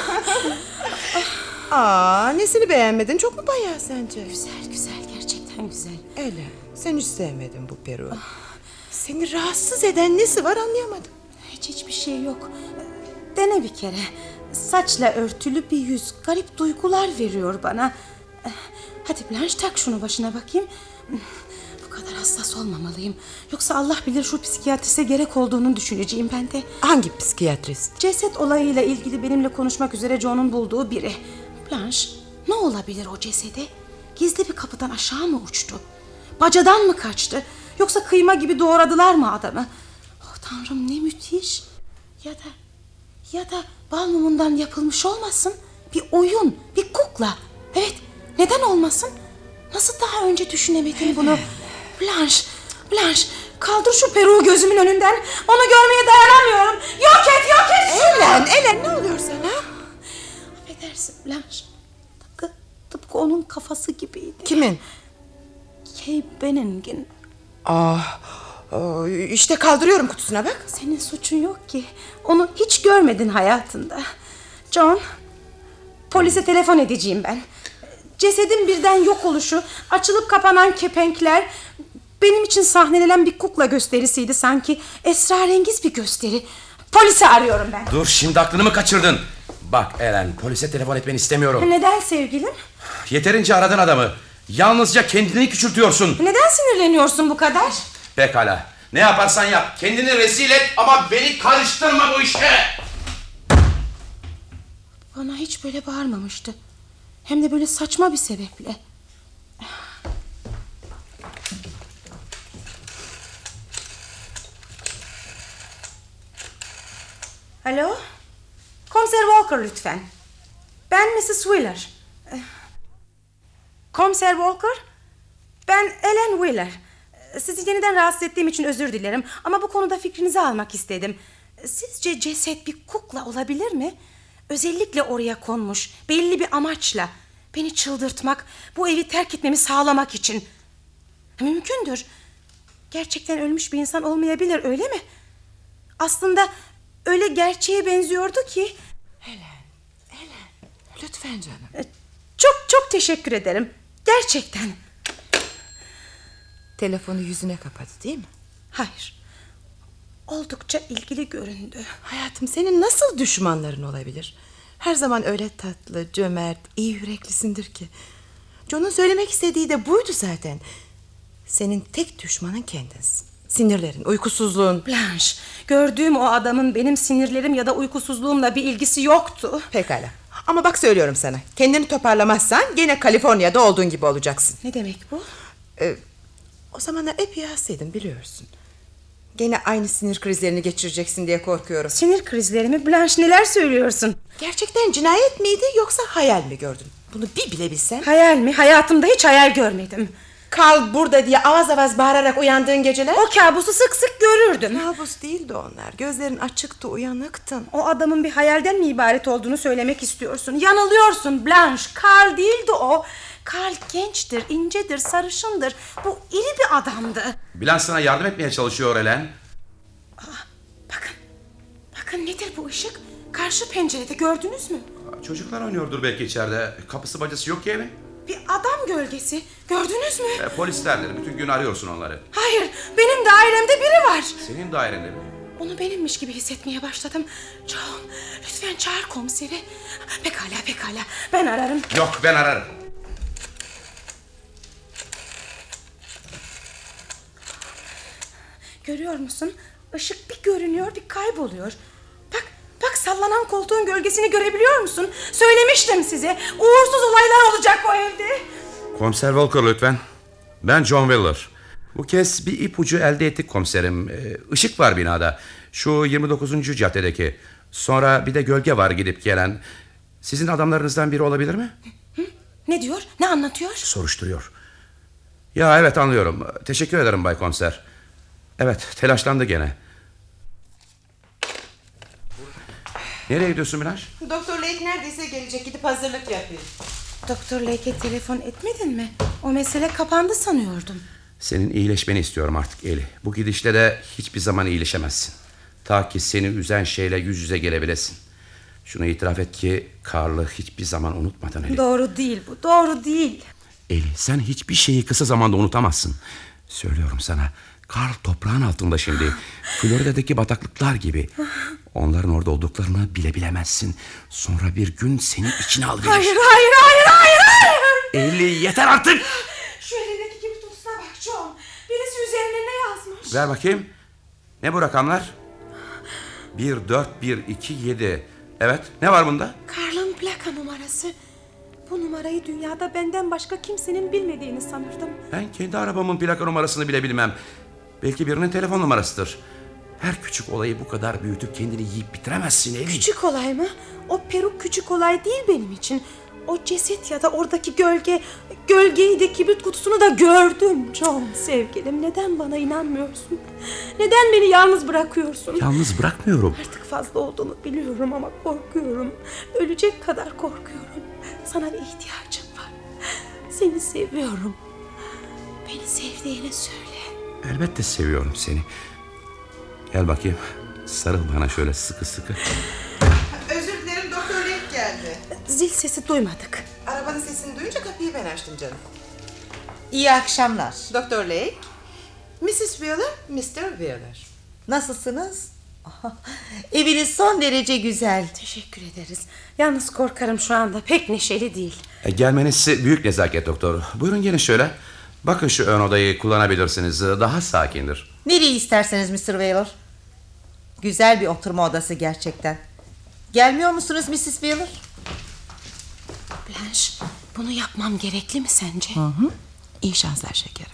Aa, nesini beğenmedin? Çok mu bayağı sence? Güzel güzel, gerçekten güzel. Öyle. Sen hiç sevmedin bu peruğu. Seni rahatsız eden nesi var anlayamadım. Hiç hiçbir şey yok. Dene bir kere. Saçla örtülü bir yüz garip duygular veriyor bana. Hadi Blanche, tak şunu başına bakayım. Bu kadar hassas olmamalıyım. Yoksa Allah bilir şu psikiyatriste gerek olduğunu düşüneceğim ben de. Hangi psikiyatrist? Ceset olayıyla ilgili benimle konuşmak üzere John'un bulduğu biri. Blanche, ne olabilir o cesede? Gizli bir kapıdan aşağı mı uçtu? Bacadan mı kaçtı? Yoksa kıyma gibi doğradılar mı adamı? Oh Tanrım, ne müthiş. Ya da ya da bal mumundan yapılmış olmasın? Bir oyun, bir kukla. Evet, neden olmasın? Nasıl daha önce düşünemedim bunu? Blanche, Blanche, kaldır şu peruğu gözümün önünden. Onu görmeye dayanamıyorum. Yok et, yok et şunu. Elen, Elen ne oluyor sana? Affedersin Blanche. Tıpkı, tıpkı onun kafası gibiydi. Kimin? Kay Benning'in. Ah, işte kaldırıyorum kutusuna bak. Senin suçun yok ki. Onu hiç görmedin hayatında. John, polise telefon edeceğim ben. Cesedin birden yok oluşu, açılıp kapanan kepenkler, benim için sahnelenen bir kukla gösterisiydi sanki. Esrarengiz bir gösteri. Polisi arıyorum ben. Dur, şimdi aklını mı kaçırdın? Bak Ellen, polise telefon etmeni istemiyorum. Neden sevgilim? Yeterince aradın adamı. Yalnızca kendini küçültüyorsun. Neden sinirleniyorsun bu kadar? Pekala, ne yaparsan yap. Kendini rezil et ama beni karıştırma bu işe. Bana hiç böyle bağırmamıştı. Hem de böyle saçma bir sebeple. Alo? Komiser Walker lütfen. Ben missus Wheeler. Komiser Walker? Ben Ellen Wheeler. Sizi yeniden rahatsız ettiğim için özür dilerim. Ama bu konuda fikrinizi almak istedim. Sizce ceset bir kukla olabilir mi? Özellikle oraya konmuş, belli bir amaçla. Beni çıldırtmak, bu evi terk etmemi sağlamak için. Mümkündür. Gerçekten ölmüş bir insan olmayabilir, öyle mi? Aslında öyle gerçeğe benziyordu ki. Elen, Elen, lütfen canım. Çok çok teşekkür ederim. Gerçekten. Telefonu yüzüne kapadı değil mi? Hayır. Oldukça ilgili göründü. Hayatım, senin nasıl düşmanların olabilir? Her zaman öyle tatlı, cömert, iyi yüreklisindir ki. John'un söylemek istediği de buydu zaten. Senin tek düşmanın kendinsin. Sinirlerin, uykusuzluğun. Blanche, gördüğüm o adamın benim sinirlerim ya da uykusuzluğumla bir ilgisi yoktu. Pekala. Ama bak söylüyorum sana. Kendini toparlamazsan gene Kaliforniya'da olduğun gibi olacaksın. Ne demek bu? Ee, o zamanlar epey hastaydın biliyorsun. Gene aynı sinir krizlerini geçireceksin diye korkuyorum. Sinir krizlerimi? Blanche, neler söylüyorsun? Gerçekten cinayet miydi yoksa hayal mi gördün? Bunu bir bilebilsen. Hayal mi? Hayatımda hiç hayal görmedim. Kal burada diye avaz avaz bağırarak uyandığın geceler. O kabusu sık sık görürdüm. Kabus değildi onlar. Gözlerin açıktı, uyanıktın. O adamın bir hayalden mi ibaret olduğunu söylemek istiyorsun? Yanılıyorsun Blanche. Carl değildi o. Karl gençtir, incedir, sarışındır. Bu iri bir adamdı. Blanche sana yardım etmeye çalışıyor Elen. Bakın, bakın nedir bu ışık? Karşı pencerede gördünüz mü? Çocuklar oynuyordur belki içeride. Kapısı bacası yok ki evin. Bir adam gölgesi. Gördünüz mü? E, polislerdir. Bütün gün arıyorsun onları. Hayır, benim dairemde biri var. Senin dairende mi? Onu benimmiş gibi hissetmeye başladım. John, lütfen çağır komiseri. Pekala, pekala. Ben ararım. Yok, ben ararım. Görüyor musun? Işık bir görünüyor, bir kayboluyor. Bak, bak sallanan koltuğun gölgesini görebiliyor musun? Söylemiştim size. Uğursuz olaylar olacak o evde. Komiser Walker lütfen. Ben John Wheeler. Bu kez bir ipucu elde ettik komiserim. Işık var binada. Şu yirmi dokuzuncu caddedeki. Sonra bir de gölge var gidip gelen. Sizin adamlarınızdan biri olabilir mi? Hı? Ne diyor? Ne anlatıyor? Soruşturuyor. Ya evet anlıyorum. Teşekkür ederim Bay Komiser. Evet telaşlandı gene. Nereye gidiyorsun Blanche? Doktor Lake neredeyse gelecek, gidip hazırlık yapayım. Doktor Lake'e telefon etmedin mi? O mesele kapandı sanıyordum. Senin iyileşmeni istiyorum artık Eli. Bu gidişle de hiçbir zaman iyileşemezsin. Ta ki seni üzen şeyle yüz yüze gelebilesin. Şunu itiraf et ki Karl'ı hiçbir zaman unutmadın Eli. Doğru değil bu, doğru değil. Eli sen hiçbir şeyi kısa zamanda unutamazsın. Söylüyorum sana. Karl toprağın altında şimdi. Florida'daki bataklıklar gibi. Onların orada olduklarını bile bilemezsin. Sonra bir gün seni içine al verir. Hayır, hayır, hayır, hayır, hayır. Eli yeter artık. Şu elindeki gibi tutusuna bak John. Birisi üzerine ne yazmış? Ver bakayım. Ne bu rakamlar? Bir, dört, bir, iki, yedi. Evet, ne var bunda? Karl'ın plaka numarası. Bu numarayı dünyada benden başka kimsenin bilmediğini sanırdım. Ben kendi arabamın plaka numarasını bile bilmem. Belki birinin telefon numarasıdır. Her küçük olayı bu kadar büyütüp kendini yiyip bitiremezsin Eli. Küçük olay mı? O peruk küçük olay değil benim için. O ceset ya da oradaki gölge, gölgeyi de kibrit kutusunu da gördüm John sevgilim. Neden bana inanmıyorsun? Neden beni yalnız bırakıyorsun? Yalnız bırakmıyorum. Artık fazla olduğunu biliyorum ama korkuyorum. Ölecek kadar korkuyorum. Sana bir ihtiyacım var. Seni seviyorum. Beni sevdiğini söyle. Elbette seviyorum seni. Gel bakayım. Sarıl bana şöyle sıkı sıkı. Özür dilerim, Doktor Lake geldi. Zil sesi duymadık. Arabanın sesini duyunca kapıyı ben açtım canım. İyi akşamlar. Doktor Lake, missus Wheeler, mister Wheeler. Nasılsınız? Eviniz son derece güzel. Teşekkür ederiz. Yalnız korkarım şu anda pek neşeli değil. E, gelmeniz büyük nezaket doktor. Buyurun gelin şöyle. Bakın şu ön odayı kullanabilirsiniz. Daha sakindir. Nereyi isterseniz mister Wheeler. Güzel bir oturma odası gerçekten. Gelmiyor musunuz missus Wheeler? Blanche, bunu yapmam gerekli mi sence? Hı hı. İyi şanslar şekerim.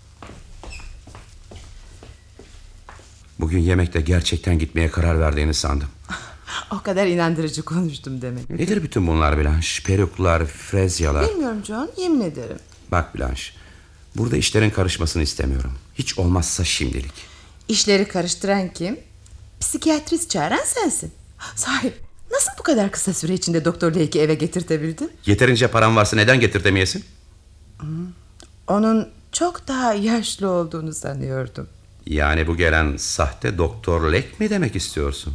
Bugün yemekte gerçekten gitmeye karar verdiğini sandım. O kadar inandırıcı konuştum demek. Nedir bütün bunlar Blanche? Peruklar, frezyalar. Bilmiyorum John, yemin ederim. Bak Blanche, burada işlerin karışmasını istemiyorum. Hiç olmazsa şimdilik. İşleri karıştıran kim? Psikiyatrist çağıran sensin. Sahi, nasıl bu kadar kısa süre içinde Doktor Lake'i eve getirtebildin? Yeterince param varsa neden getirtemeyesin? Onun çok daha yaşlı olduğunu sanıyordum. Yani bu gelen sahte Doktor Lake mi demek istiyorsun?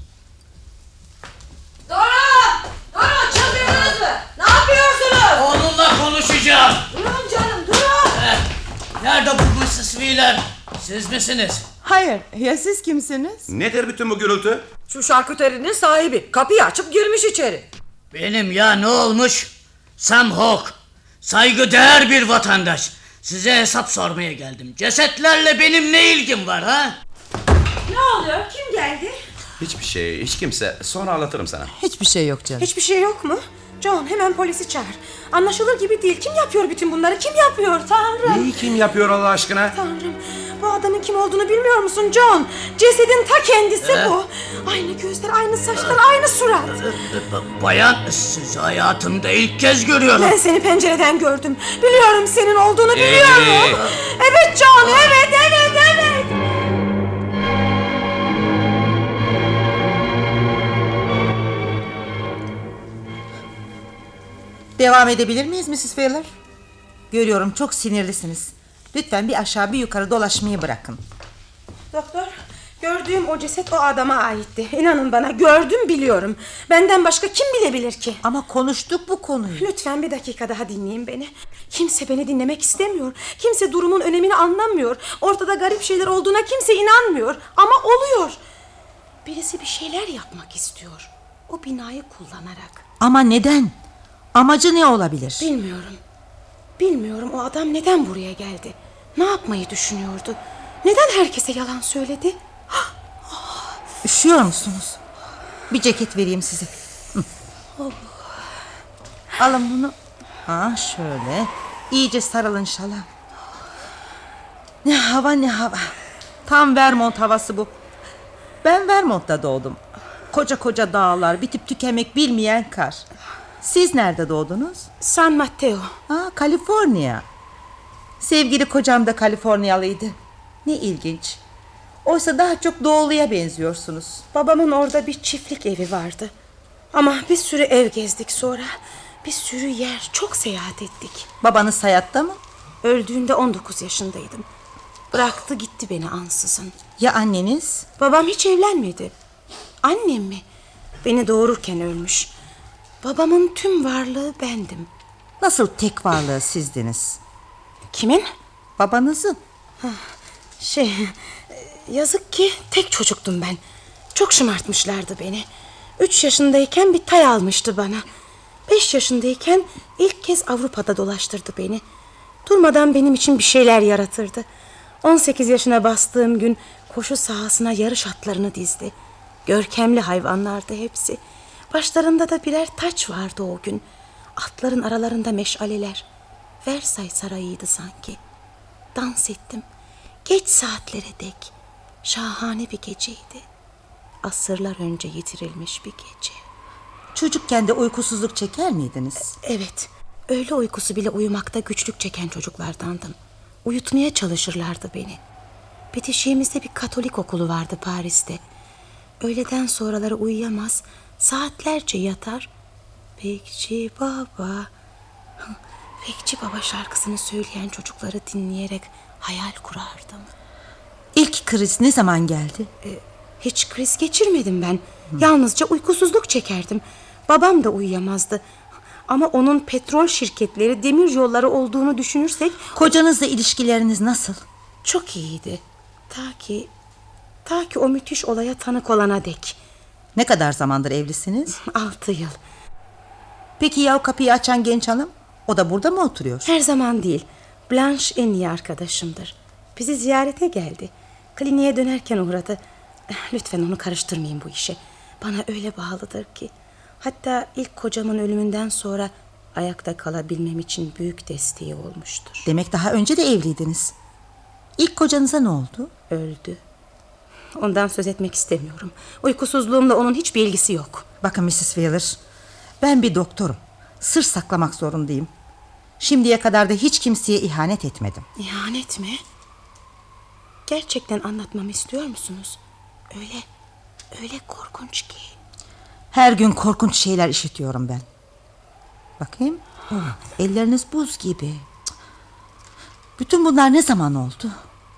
Durun! Durun, çıldırdınız mı? Ne yapıyorsunuz? Onunla konuşacağım. Durun canım, durun! Eh, Nerede bu missus Wheeler? Siz misiniz? Hayır, ya siz kimsiniz? Nedir bütün bu gürültü? Şu şarküterinin sahibi kapıyı açıp girmiş içeri. Benim ya, ne olmuş? Sam Hawk. Saygıdeğer bir vatandaş. Size hesap sormaya geldim. Cesetlerle benim ne ilgim var ha? Ne oluyor? Kim geldi? Hiçbir şey, hiç kimse. Sonra anlatırım sana. Hiçbir şey yok canım. Hiçbir şey yok mu? John, hemen polisi çağır. Anlaşılır gibi değil. Kim yapıyor bütün bunları? Kim yapıyor? Tanrım. Neyi kim yapıyor Allah aşkına? Tanrım. Bu adamın kim olduğunu bilmiyor musun John? Cesedin ta kendisi Ee? bu. Aynı gözler, aynı saçlar, aynı surat. Bayan, sizi hayatımda ilk kez görüyorum. Ben seni pencereden gördüm. Biliyorum senin olduğunu biliyorum. Ee? Evet John, evet, evet, evet. Devam edebilir miyiz missus Wheeler? Görüyorum çok sinirlisiniz. Lütfen bir aşağı bir yukarı dolaşmayı bırakın. Doktor, gördüğüm o ceset o adama aitti. İnanın bana, gördüm, biliyorum. Benden başka kim bilebilir ki? Ama konuştuk bu konuyu. Lütfen bir dakika daha dinleyin beni. Kimse beni dinlemek istemiyor. Kimse durumun önemini anlamıyor. Ortada garip şeyler olduğuna kimse inanmıyor. Ama oluyor. Birisi bir şeyler yapmak istiyor. O binayı kullanarak. Ama neden? Amacı ne olabilir? Bilmiyorum. Bilmiyorum o adam neden buraya geldi? Ne yapmayı düşünüyordu? Neden herkese yalan söyledi? Üşüyor musunuz? Bir ceket vereyim size. Hı. Alın bunu. Ha şöyle. İyice sarılın şala. Ne hava ne hava. Tam Vermont havası bu. Ben Vermont'ta doğdum. Koca koca dağlar, bitip tükenmek bilmeyen kar. Siz nerede doğdunuz? San Mateo. Ha, Kaliforniya. Sevgili kocam da Kaliforniyalıydı. Ne ilginç. Oysa daha çok doğuluya benziyorsunuz. Babamın orada bir çiftlik evi vardı. Ama bir sürü ev gezdik sonra. Bir sürü yer, çok seyahat ettik. Babanız hayatta mı? Öldüğünde on dokuz yaşındaydım. Bıraktı gitti beni ansızın. Ya anneniz? Babam hiç evlenmedi. Annem mi? Beni doğururken ölmüş. Babamın tüm varlığı bendim. Nasıl tek varlığı sizdiniz? Kimin? Babanızın. Şey, yazık ki tek çocuktum ben. Çok şımartmışlardı beni. Üç yaşındayken bir tay almıştı bana. Beş yaşındayken ilk kez Avrupa'da dolaştırdı beni. Durmadan benim için bir şeyler yaratırdı. On sekiz yaşına bastığım gün koşu sahasına yarış atlarını dizdi. Görkemli hayvanlardı hepsi. Başlarında da birer taç vardı o gün. Atların aralarında meşaleler. Versay sarayıydı sanki. Dans ettim. Geç saatlere dek. Şahane bir geceydi. Asırlar önce yitirilmiş bir gece. Çocukken de uykusuzluk çeker miydiniz? Evet. Öğle uykusu bile uyumakta güçlük çeken çocuklardandım. Uyutmaya çalışırlardı beni. Bitişiğimizde bir Katolik okulu vardı Paris'te. Öğleden sonraları uyuyamaz, saatlerce yatar. Bekçi Baba, Bekçi Baba şarkısını söyleyen çocukları dinleyerek hayal kurardım. İlk kriz ne zaman geldi? Ee, hiç kriz geçirmedim ben. Hı. Yalnızca uykusuzluk çekerdim. Babam da uyuyamazdı. Ama onun petrol şirketleri, demir yolları olduğunu düşünürsek... Kocanızla ilişkileriniz nasıl? Çok iyiydi. Ta ki... Ta ki o müthiş olaya tanık olana dek. Ne kadar zamandır evlisiniz? Altı yıl. Peki ya o kapıyı açan genç hanım? O da burada mı oturuyor? Her zaman değil. Blanche en iyi arkadaşımdır. Bizi ziyarete geldi. Kliniğe dönerken uğradı. Lütfen onu karıştırmayın bu işe. Bana öyle bağlıdır ki. Hatta ilk kocamın ölümünden sonra ayakta kalabilmem için büyük desteği olmuştur. Demek daha önce de evliydiniz. İlk kocanıza ne oldu? Öldü. Ondan söz etmek istemiyorum. Uykusuzluğumla onun hiçbir ilgisi yok. Bakın missis Wheeler, ben bir doktorum. Sır saklamak zorundayım. Şimdiye kadar da hiç kimseye ihanet etmedim. İhanet mi? Gerçekten anlatmamı istiyor musunuz? Öyle, öyle korkunç ki. Her gün korkunç şeyler işitiyorum ben. Bakayım. Oh, elleriniz buz gibi. Bütün bunlar ne zaman oldu?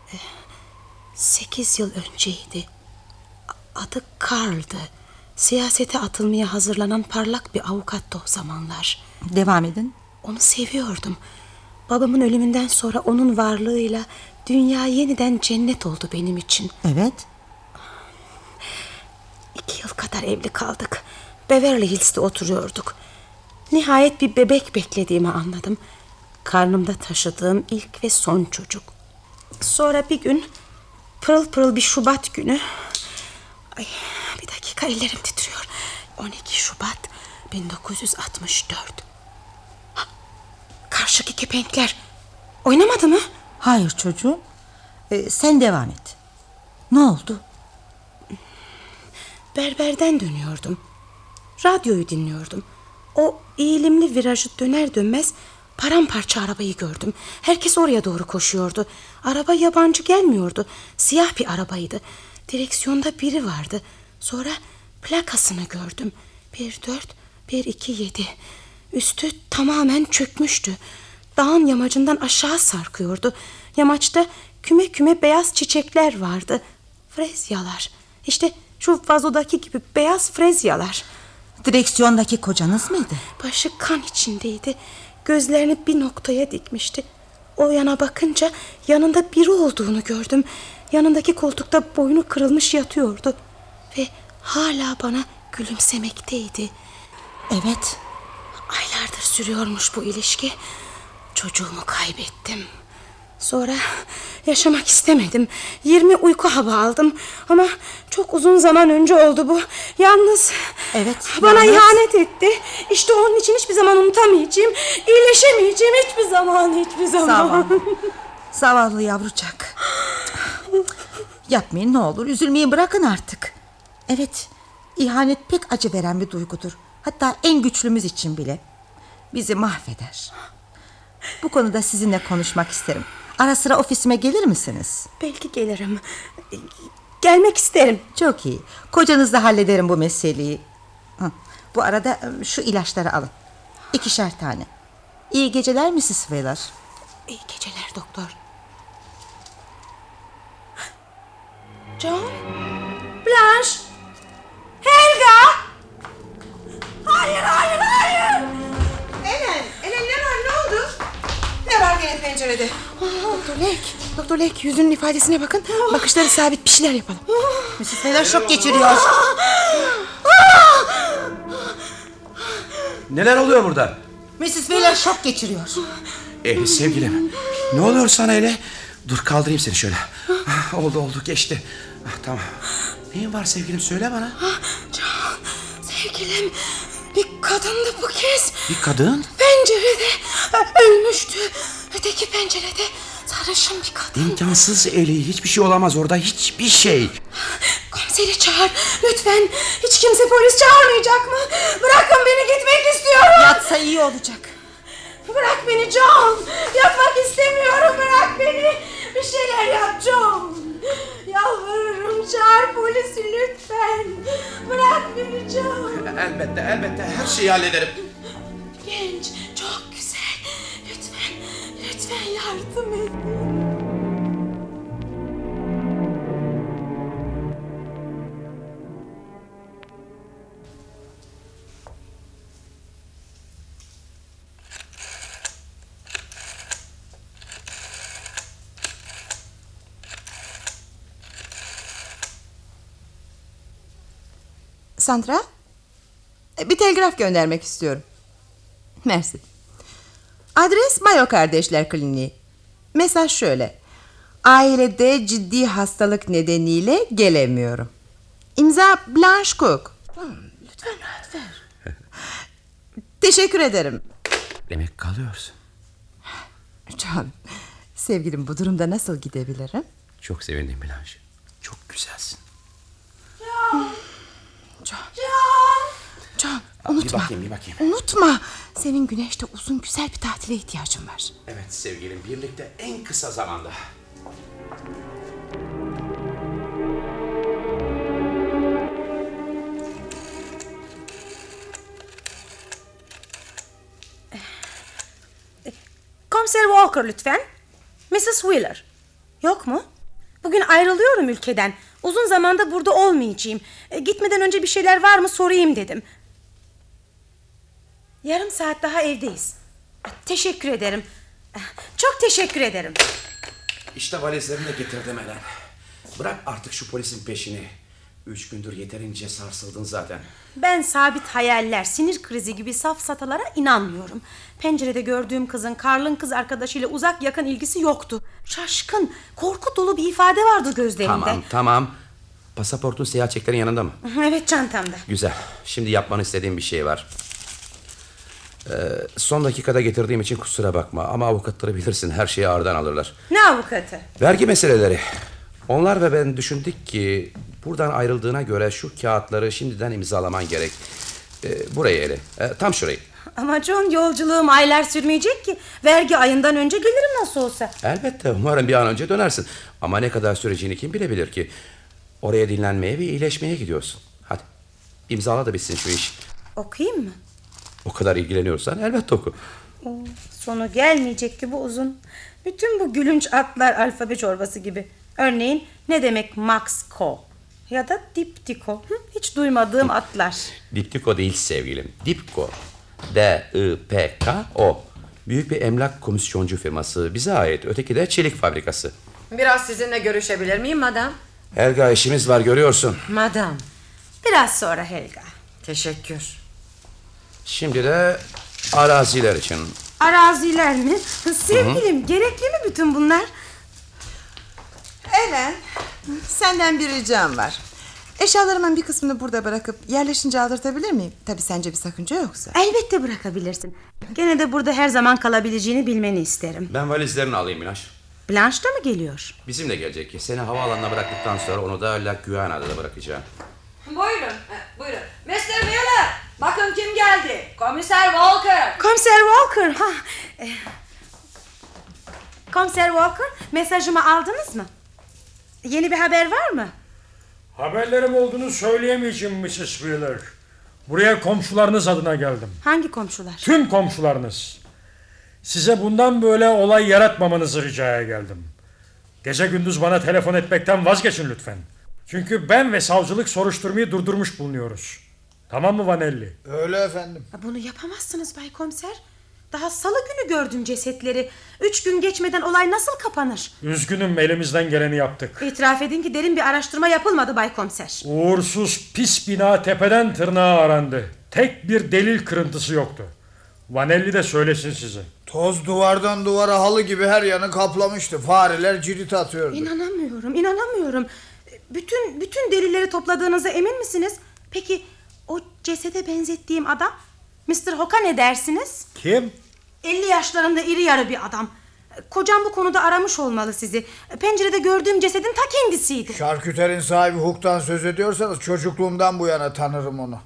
Sekiz yıl önceydi. Adı Carl'dı. Siyasete atılmaya hazırlanan parlak bir avukattı o zamanlar. Devam edin. Onu seviyordum. Babamın ölümünden sonra onun varlığıyla dünya yeniden cennet oldu benim için. Evet. İki yıl kadar evli kaldık. Beverly Hills'te oturuyorduk. Nihayet bir bebek beklediğimi anladım. Karnımda taşıdığım ilk ve son çocuk. Sonra bir gün, pırıl pırıl bir Şubat günü... Ay, bir dakika, ellerim titriyor. on iki Şubat bin dokuz yüz altmış dört. Ha, karşıki kepenkler oynamadı mı? Hayır çocuğum. Ee, sen devam et. Ne oldu? Berberden dönüyordum. Radyoyu dinliyordum. O eğilimli virajı döner dönmez paramparça arabayı gördüm. Herkes oraya doğru koşuyordu. Araba yabancı gelmiyordu. Siyah bir arabaydı. Direksiyonda biri vardı. Sonra plakasını gördüm. bir dört bir iki yedi. Üstü tamamen çökmüştü. dağın yamacından aşağı sarkıyordu. Yamaçta küme küme beyaz çiçekler vardı. Frezyalar. İşte şu vazodaki gibi beyaz frezyalar. Direksiyondaki kocanız mıydı? Başı kan içindeydi. Gözlerini bir noktaya dikmişti. O yana bakınca yanında biri olduğunu gördüm. Yanındaki koltukta boynu kırılmış yatıyordu. Ve hala bana gülümsemekteydi. Evet. Aylardır sürüyormuş bu ilişki. Çocuğumu kaybettim. Sonra yaşamak istemedim. Yirmi uyku hava aldım. Ama çok uzun zaman önce oldu bu. Yalnız Evet, bana yalnız. ihanet etti. İşte onun için hiçbir zaman unutamayacağım. İyileşemeyeceğim hiçbir zaman, hiçbir zaman. Zavallı. Zavallı yavrucak. Yapmayın ne olur, üzülmeyi bırakın artık. Evet, ihanet pek acı veren bir duygudur. Hatta en güçlümüz için bile. Bizi mahveder. Bu konuda sizinle konuşmak isterim. Ara sıra ofisime gelir misiniz? Belki gelirim. Gelmek isterim. Çok iyi. Kocanızla hallederim bu meseleyi. Hı. Bu arada şu ilaçları alın. İkişer tane. İyi geceler missis Wheeler. İyi geceler doktor. John? Blanche? Helga? Hayır, hayır, hayır. Ellen, Ellen ne var ne oldu? Ne var gene pencerede? Doktor Lake, Doktor Lake yüzünün ifadesine bakın. Bakışları sabit, bir şeyler yapalım. missis Wheeler şok geçiriyor. Neler oluyor burada? missis Wheeler şok geçiriyor. Eli sevgilim, ne oluyor sana Eli? Dur kaldırayım seni şöyle. Ah, oldu oldu geçti. Ah, tamam. Neyin var sevgilim söyle bana. John, sevgilim, bir kadındı bu kez. Bir kadın? Pencerede ölmüştü. Öteki pencerede sarışın bir kadın. İmkansız Eli, hiçbir şey olamaz orada, hiçbir şey. Komiseri çağır lütfen. Hiç kimse polis çağırmayacak mı? Bırakın beni, gitmek istiyorum. Yatsa iyi olacak. Bırak beni John. Yapmak istemiyorum, bırak beni. Bir şeyler yap John. Yalvarırım, çağır polisi lütfen. Bırak beni John. Elbette elbette her şeyi hallederim. Genç, çok güzel. Lütfen, lütfen yardım et. Sandra, bir telgraf göndermek istiyorum. Mersi. Adres Mayo Kardeşler Kliniği. Mesaj şöyle: ailede ciddi hastalık nedeniyle gelemiyorum. İmza Blanche Cook. Lütfen rahat ver. Teşekkür ederim. Demek kalıyorsun. John, sevgilim, bu durumda nasıl gidebilirim? Çok sevindim Blanche. Çok güzelsin. John. John. John. John, Bir unutma. bakayım bir bakayım. Unutma. Senin güneşte uzun güzel bir tatile ihtiyacın var. Evet sevgilim, birlikte en kısa zamanda. Komiser Walker lütfen. missis Wheeler. Yok mu? Bugün ayrılıyorum ülkeden. Uzun zamanda burada olmayacağım. E, gitmeden önce bir şeyler var mı sorayım dedim. Yarım saat daha evdeyiz. E, Teşekkür ederim. E, Çok teşekkür ederim. İşte valizlerini de getirdim Ellen. Bırak artık şu polisin peşini. Üç gündür yeterince sarsıldın zaten. Ben sabit hayaller, sinir krizi gibi safsatalara inanmıyorum. Pencerede gördüğüm kızın Karl'ın kız arkadaşıyla uzak yakın ilgisi yoktu. Şaşkın, korku dolu bir ifade vardı gözlerinde. Tamam tamam. Pasaportun seyahat çeklerin yanında mı? Evet, çantamda. Güzel. Şimdi yapmanı istediğim bir şey var. Ee, son dakikada getirdiğim için kusura bakma. Ama avukatları bilirsin, her şeyi ağırdan alırlar. Ne avukatı? Vergi meseleleri. Onlar ve ben düşündük ki buradan ayrıldığına göre şu kağıtları şimdiden imzalaman gerek. Ee, burayı ele. Ee, tam şurayı. Ama John, yolculuğum aylar sürmeyecek ki. Vergi ayından önce gelirim nasıl olsa. Elbette, umarım bir an önce dönersin. Ama ne kadar süreceğini kim bilebilir ki? Oraya dinlenmeye ve iyileşmeye gidiyorsun. Hadi imzala da bitsin şu iş. Okuyayım mı? O kadar ilgileniyorsan elbette oku. Oo, sonu gelmeyecek gibi uzun. Bütün bu gülünç adlar alfabe çorbası gibi. Örneğin ne demek Max Co ya da Diptiko. Hı, hiç duymadığım adlar. Diptiko değil sevgilim. Dipko. D I P K O. Büyük bir emlak komisyoncu firması. Bize ait. Öteki de çelik fabrikası. Biraz sizinle görüşebilir miyim madam? Helga, işimiz var görüyorsun. Madam. Biraz sonra Helga. Teşekkür. Şimdi de araziler için. Araziler mi? Sevgilim, gerekli mi bütün bunlar? Elen, senden bir ricam var. Eşyalarımın bir kısmını burada bırakıp yerleşince aldırtabilir miyim? Tabii sence bir sakınca yoksa. Elbette bırakabilirsin. Gene de burada her zaman kalabileceğini bilmeni isterim. Ben valizlerini alayım Minaş. Blanche da mı geliyor? Bizimle gelecek. Seni havaalanına bıraktıktan sonra onu da La Guyana'da da bırakacağım. Buyurun, e, buyurun. mister Wheeler, bakın kim geldi. Komiser Walker. Komiser Walker. Ha. e, Komiser Walker, mesajımı aldınız mı? Yeni bir haber var mı? Haberlerim olduğunu söyleyemeyeceğim missus Wheeler. Buraya komşularınız adına geldim. Hangi komşular? Tüm komşularınız. Size bundan böyle olay yaratmamanızı ricaya geldim. Gece gündüz bana telefon etmekten vazgeçin lütfen. Çünkü ben ve savcılık soruşturmayı durdurmuş bulunuyoruz. Tamam mı Vanelli? Öyle efendim. Bunu yapamazsınız Bay Komiser. Daha salı günü gördüm cesetleri. Üç gün geçmeden olay nasıl kapanır? Üzgünüm, elimizden geleni yaptık. İtiraf edin ki derin bir araştırma yapılmadı Bay Komiser. Uğursuz pis bina tepeden tırnağa arandı. Tek bir delil kırıntısı yoktu. Vanelli de söylesin size. Toz duvardan duvara halı gibi her yanı kaplamıştı. Fareler cirit atıyordu. İnanamıyorum, inanamıyorum. Bütün bütün delilleri topladığınıza emin misiniz? Peki o cesede benzettiğim adam mister Hock'a ne dersiniz? Kim? elli yaşlarında iri yarı bir adam. Kocam bu konuda aramış olmalı sizi. Pencerede gördüğüm cesedin ta kendisiydi. Şarküterin sahibi Hook'tan söz ediyorsanız çocukluğumdan bu yana tanırım onu.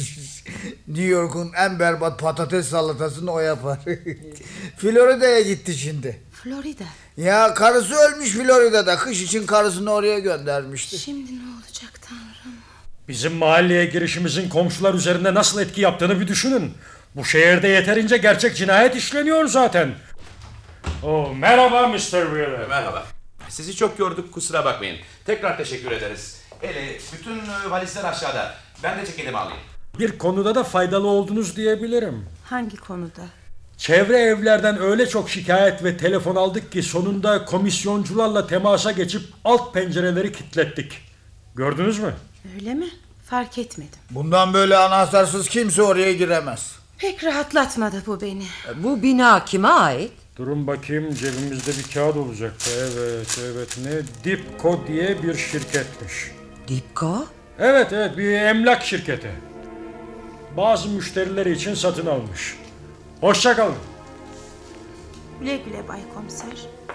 New York'un en berbat patates salatasını o yapar. Florida'ya gitti şimdi. Florida. Ya karısı ölmüş Florida'da. Kış için karısını oraya göndermişti. Şimdi ne olacak Tanrım? Bizim mahalleye girişimizin komşular üzerinde nasıl etki yaptığını bir düşünün. Bu şehirde yeterince gerçek cinayet işleniyor zaten. Oh, merhaba mister Wheeler. Merhaba. Sizi çok gördük, kusura bakmayın. Tekrar teşekkür ederiz. Eli, bütün e, valizler aşağıda. Ben de ceketimi alayım. Bir konuda da faydalı oldunuz diyebilirim. Hangi konuda? Çevre evlerden öyle çok şikayet ve telefon aldık ki sonunda komisyoncularla temasa geçip alt pencereleri kilitlettik. Gördünüz mü? Öyle mi? Fark etmedim. Bundan böyle anahtarsız kimse oraya giremez. Pek rahatlatmadı bu beni. Bu bina kime ait? Durun bakayım, cebimizde bir kağıt olacaktı. Evet, evet. Ne? Dipko diye bir şirketmiş. Dipko? Evet, evet. Bir emlak şirketi. Bazı müşterileri için satın almış. Hoşça kalın. Güle güle Bay Komiser.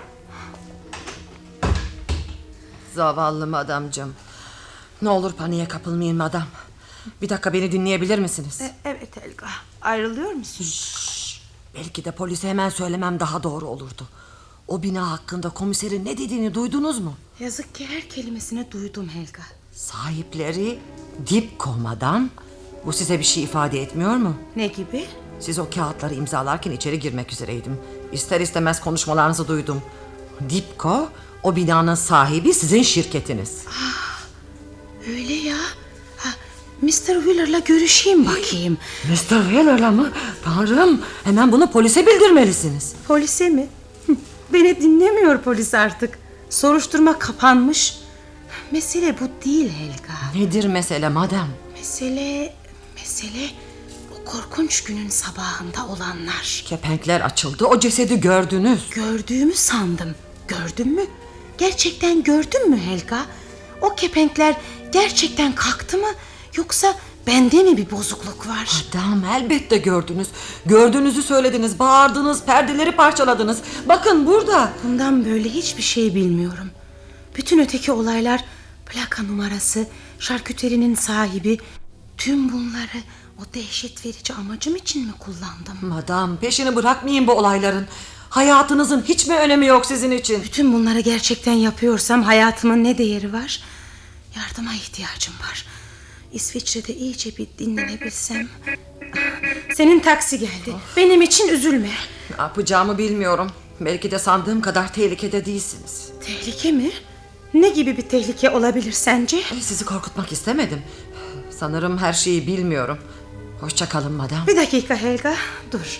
Zavallı madamcığım. Ne olur paniğe kapılmayın madam. Bir dakika, beni dinleyebilir misiniz? E, evet Helga. Ayrılıyor musun? Şşş, belki de polise hemen söylemem daha doğru olurdu. O bina hakkında komiserin ne dediğini duydunuz mu? Yazık ki her kelimesini duydum Helga. Sahipleri Dipko madam. Bu size bir şey ifade etmiyor mu? Ne gibi? Siz o kağıtları imzalarken içeri girmek üzereydim. İster istemez konuşmalarınızı duydum. Dipko, o binanın sahibi sizin şirketiniz. Ah, öyle ya. Ha, mister Wheeler'la görüşeyim bakayım. mister Wheeler'la mı? Tanrım, hemen bunu polise bildirmelisiniz. Polise mi? Beni dinlemiyor polis artık. Soruşturma kapanmış. Mesele bu değil Helga. Nedir mesele madam? Mesele, mesele o korkunç günün sabahında olanlar. Kepenkler açıldı, o cesedi gördünüz. Gördüğümü sandım. Gördün mü? Gerçekten gördün mü Helga? O kepenkler gerçekten kalktı mı? Yoksa bende mi bir bozukluk var? Madam, elbette gördünüz. Gördüğünüzü söylediniz, bağırdınız, perdeleri parçaladınız. Bakın burada. Bundan böyle hiçbir şey bilmiyorum. Bütün öteki olaylar, plaka numarası, şarküterinin sahibi, tüm bunları o dehşet verici amacım için mi kullandım? Madam, peşini bırakmayın bu olayların. Hayatınızın hiç mi önemi yok sizin için? Bütün bunları gerçekten yapıyorsam hayatımın ne değeri var? Yardıma ihtiyacım var. İsviçre'de iyice bir dinlenebilsem. Senin taksi geldi. Benim için üzülme. Ne yapacağımı bilmiyorum. Belki de sandığım kadar tehlikede değilsiniz. Tehlike mi? Ne gibi bir tehlike olabilir sence? Sizi korkutmak istemedim. Sanırım her şeyi bilmiyorum. Hoşça kalın madam. Bir dakika Helga, dur.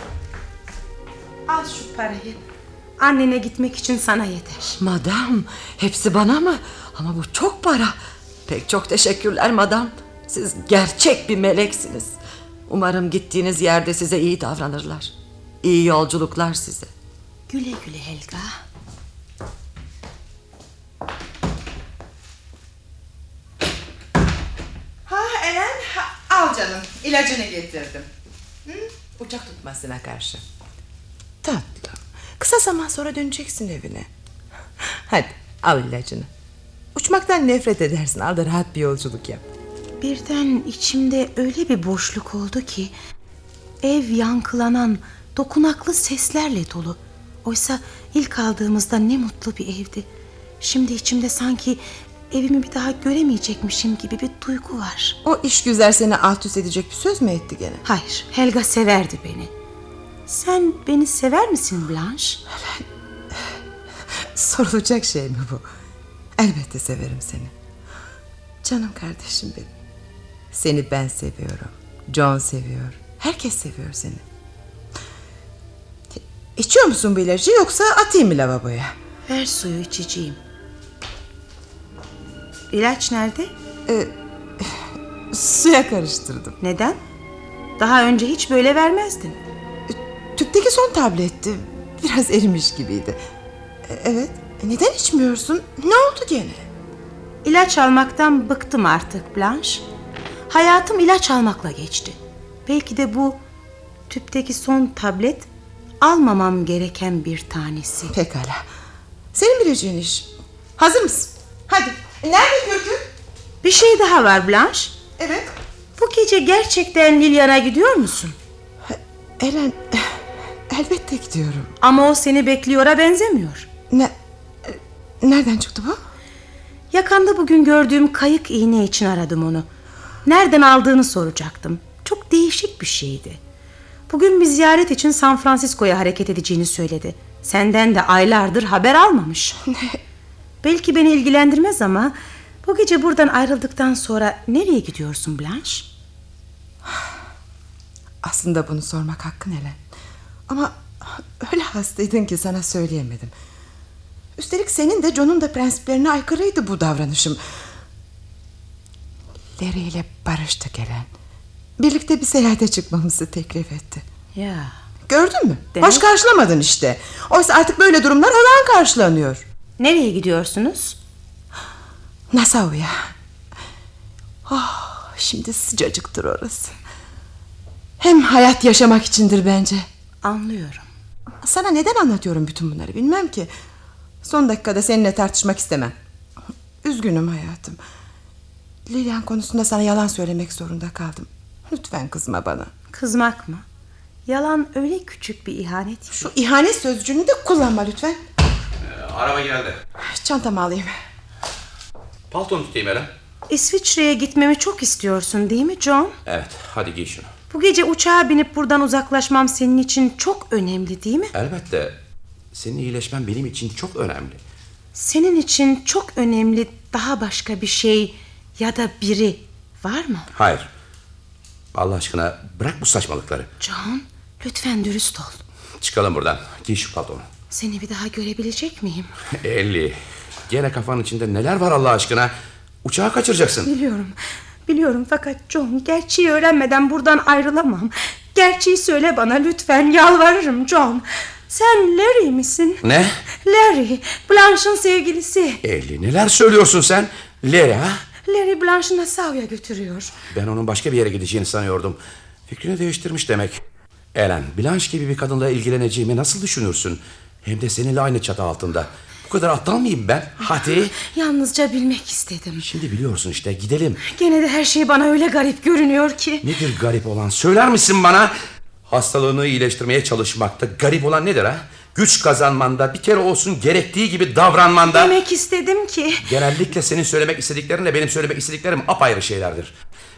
Al şu parayı. Annene gitmek için sana yeter. Madam, hepsi bana mı? Ama bu çok para. Pek çok teşekkürler madam. Siz gerçek bir meleksiniz. Umarım gittiğiniz yerde size iyi davranırlar. İyi yolculuklar size. Güle güle Helga. Ha Ellen, ha, al canım, ilacını getirdim. Hı? Uçak tutmasına karşı. Tatlım, kısa zaman sonra döneceksin evine. Hadi al ilacını. Uçmaktan nefret edersin, al da rahat bir yolculuk yap. Birden içimde öyle bir boşluk oldu ki... Ev yankılanan, dokunaklı seslerle dolu. Oysa ilk aldığımızda ne mutlu bir evdi. Şimdi içimde sanki evimi bir daha göremeyecekmişim gibi bir duygu var. O iş güzel seni alt üst edecek bir söz mü etti gene? Hayır, Helga severdi beni. Sen beni sever misin Blanche? Sorulacak şey mi bu? Elbette severim seni. Canım kardeşim benim. Seni ben seviyorum. John seviyor. Herkes seviyor seni. İçiyor musun bu ilacı yoksa atayım mı lavaboya? Ver suyu içeceğim. İlaç nerede? Ee, suya karıştırdım. Neden? Daha önce hiç böyle vermezdin. Tüpteki son tabletti. Biraz erimiş gibiydi. E, evet. E, neden içmiyorsun? Ne oldu gene? İlaç almaktan bıktım artık Blanche. Hayatım ilaç almakla geçti. Belki de bu tüpteki son tablet almamam gereken bir tanesi. Pekala. Senin bileceğin iş. Hazır mısın? Hadi. Nerede Gürgün? Bir şey daha var Blanche. Evet. Bu gece gerçekten Lilian'a gidiyor musun? Ellen, elbette gidiyorum. Ama o seni bekliyora benzemiyor. Ne? Nereden çıktı bu? Yakanda bugün gördüğüm kayık iğne için aradım onu. Nereden aldığını soracaktım. Çok değişik bir şeydi. Bugün bir ziyaret için San Francisco'ya hareket edeceğini söyledi. Senden de aylardır haber almamış. Belki beni ilgilendirmez ama bu gece buradan ayrıldıktan sonra nereye gidiyorsun Blanche? Aslında bunu sormak hakkın Ellen. Ama öyle hastaydın ki sana söyleyemedim. Üstelik senin de John'un da prensiplerine aykırıydı bu davranışım. Larry ile barıştık Ellen. Birlikte bir seyahate çıkmamızı teklif etti. Ya. Gördün mü? Demek... Hoş karşılamadın işte. Oysa artık böyle durumlar olağan karşılanıyor. Nereye gidiyorsunuz? Nassau'ya. Oh, şimdi sıcacıktır orası. Hem hayat yaşamak içindir bence. Anlıyorum. Sana neden anlatıyorum bütün bunları bilmem ki. Son dakikada seninle tartışmak istemem. Üzgünüm hayatım. Lilian konusunda sana yalan söylemek zorunda kaldım. Lütfen kızma bana. Kızmak mı? Yalan öyle küçük bir ihanet ki. Şu ihanet sözcüğünü de kullanma lütfen. Ee, araba geldi. Çantamı alayım. Paltonu tutayım Ellen. İsviçre'ye gitmemi çok istiyorsun değil mi John? Evet, hadi giy şunu. Bu gece uçağa binip buradan uzaklaşmam senin için çok önemli değil mi? Elbette. Senin iyileşmen benim için çok önemli. Senin için çok önemli daha başka bir şey ya da biri var mı? Hayır. Allah aşkına bırak bu saçmalıkları. John, lütfen dürüst ol. Çıkalım buradan. Giy şu paltonu. Seni bir daha görebilecek miyim? Elli. Gene kafanın içinde neler var Allah aşkına? Uçağı kaçıracaksın. Biliyorum. Biliyorum fakat John, gerçeği öğrenmeden buradan ayrılamam. Gerçeği söyle bana lütfen, yalvarırım John. Sen Larry misin? Ne? Larry, Blanche'ın sevgilisi. Elli, neler söylüyorsun sen? Larry ha? Larry Blanche'ı Nassau'ya götürüyor. Ben onun başka bir yere gideceğini sanıyordum. Fikrini değiştirmiş demek. Ellen, Blanche gibi bir kadınla ilgileneceğimi nasıl düşünürsün? Hem de seninle aynı çatı altında. Bu kadar aptal mıyım ben? Hadi. Yalnızca bilmek istedim. Şimdi biliyorsun işte, gidelim. Gene de her şey bana öyle garip görünüyor ki. Nedir garip olan, söyler misin bana? Hastalığını iyileştirmeye çalışmakta garip olan nedir ha? Güç kazanmanda, bir kere olsun gerektiği gibi davranmanda. Demek istedim ki. Genellikle senin söylemek istediklerinle benim söylemek istediklerim apayrı şeylerdir.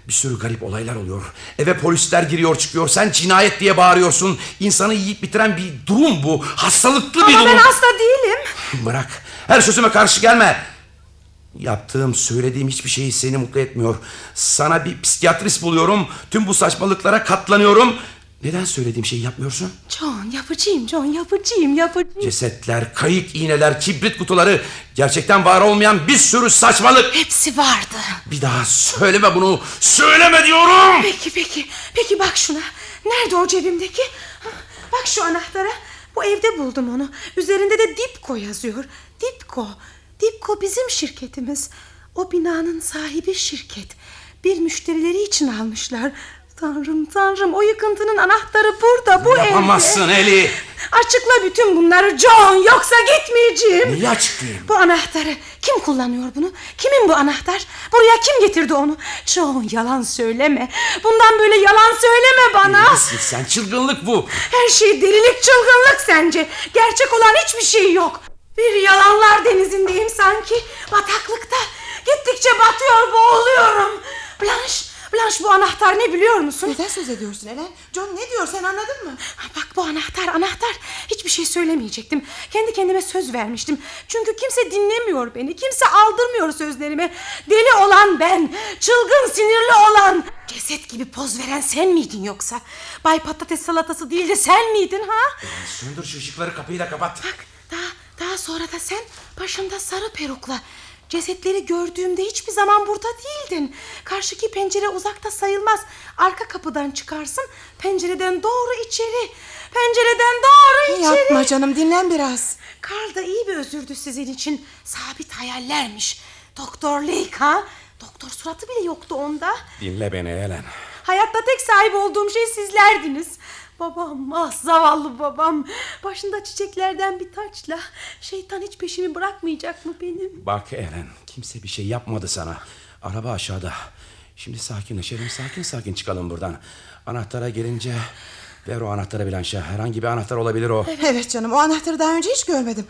Bir sürü garip olaylar oluyor. Eve polisler giriyor çıkıyor. Sen cinayet diye bağırıyorsun. İnsanı yiyip bitiren bir durum bu. Hastalıklı bir Ama durum. ben hasta değilim. Bırak. Her sözüme karşı gelme. Yaptığım, söylediğim hiçbir şey seni mutlu etmiyor. Sana bir psikiyatrist buluyorum. Tüm bu saçmalıklara katlanıyorum. Neden söylediğim şeyi yapmıyorsun? John, yapıcıyım John, yapıcıyım, yapıcıyım. Cesetler, kayık iğneler, kibrit kutuları, gerçekten var olmayan bir sürü saçmalık. Hepsi vardı. Bir daha söyleme bunu. Söyleme diyorum. Peki, peki. Peki bak şuna. Nerede o cebimdeki? Ha, bak şu anahtara. Bu evde buldum onu. Üzerinde de Dipko yazıyor. Dipko. Dipko bizim şirketimiz. O binanın sahibi şirket. Bir müşterileri için almışlar. Tanrım tanrım, o yıkıntının anahtarı burada, bu Yapamazsın evde. Eli. Açıkla bütün bunları John, yoksa gitmeyeceğim. Neyi açıklayayım? Bu anahtarı kim kullanıyor bunu? Kimin bu anahtar? Buraya kim getirdi onu? John, yalan söyleme. Bundan böyle yalan söyleme bana. Nesin sen? Çılgınlık bu. Her şey delilik, çılgınlık sence. Gerçek olan hiçbir şey yok. Bir yalanlar denizindeyim sanki. Bataklıkta. Gittikçe batıyor, boğuluyorum. Blanche, Blanche, bu anahtar ne biliyor musun? Neden söz ediyorsun Ellen? John ne diyor, sen anladın mı? Bak bu anahtar, anahtar. Hiçbir şey söylemeyecektim. Kendi kendime söz vermiştim. Çünkü kimse dinlemiyor beni. Kimse aldırmıyor sözlerime. Deli olan ben. Çılgın, sinirli olan. Ceset gibi poz veren sen miydin yoksa? Bay Patates Salatası değil de sen miydin ha? Söndür şu ışıkları, kapıyı da kapat. Bak daha, daha sonra da sen başında sarı perukla. Cesetleri gördüğümde hiçbir zaman burada değildin. Karşıki pencere uzakta sayılmaz. Arka kapıdan çıkarsın, pencereden doğru içeri. Pencereden doğru içeri. Yapma canım, dinlen biraz. Karl da iyi bir özürdü sizin için. Sabit hayallermiş. Doktor Lake ha? Doktor suratı bile yoktu onda. Dinle beni Helen. Hayatta tek sahip olduğum şey sizlerdiniz. Babam, ah zavallı babam. Başında çiçeklerden bir taçla. Şeytan hiç peşimi bırakmayacak mı benim? Bak Eren, kimse bir şey yapmadı sana. Araba aşağıda. Şimdi sakinleşelim, sakin sakin çıkalım buradan. Anahtara gelince ver o anahtarı Blanche'a. Herhangi bir anahtar olabilir o. Evet. evet canım, o anahtarı daha önce hiç görmedim.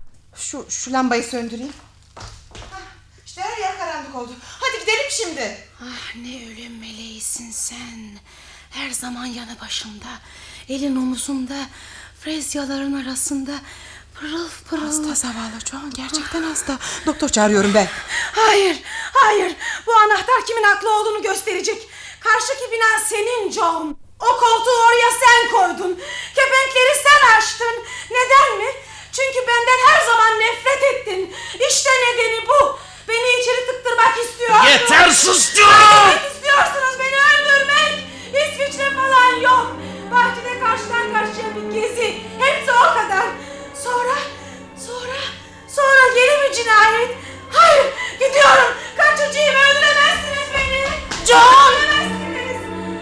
Şu, şu lambayı söndüreyim. Hah, işte her yer karanlık oldu. Hadi gidelim şimdi. Ah, ne ölüm meleğisin sen. Her zaman yanı başımda, elin omuzunda, frezyaların arasında, pırıl pırıl. Hasta zavallı John, gerçekten hasta. Doktor çağırıyorum ben. Hayır, hayır. Bu anahtar kimin haklı olduğunu gösterecek. Karşıki bina senin John. O koltuğu oraya sen koydun. Kepenkleri sen açtın. Neden mi? Çünkü benden her zaman nefret ettin. İşte nedeni bu. Beni içeri tıktırmak istiyorsun. Yeter, sus diyorum. Öldürmek istiyorsunuz, beni öldürmek. İsviçre falan yok. Bahçede karşıdan karşıya bir gezi. Hepsi o kadar. Sonra, sonra, sonra yeni bir cinayet. Hayır, gidiyorum. Kaçıcıyım, öldüremezsiniz beni. John! Öldüremezsiniz.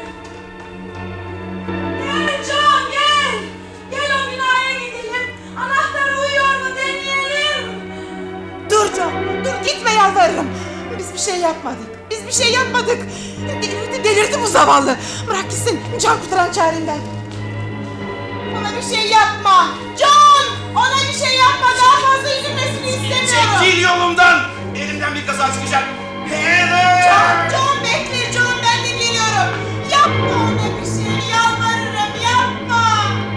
Gel John, gel. Gel o binaya gidelim. Anahtar uyuyor mu deneyelim. Dur John, dur, gitme yalvarırım. Biz bir şey yapmadık. Biz bir şey yapmadık. Delirdi, delirdi bu zavallı. Bırak gitsin, can kurtaran çağırayım ben. Ona bir şey yapma. John, ona bir şey yapma. Daha fazla üzülmesini istemiyorum. Çekil yolumdan. Elimden bir kaza çıkacak. Helen! John, John bekle John, ben de geliyorum. Yapma ona bir şey, yalvarırım, yapma.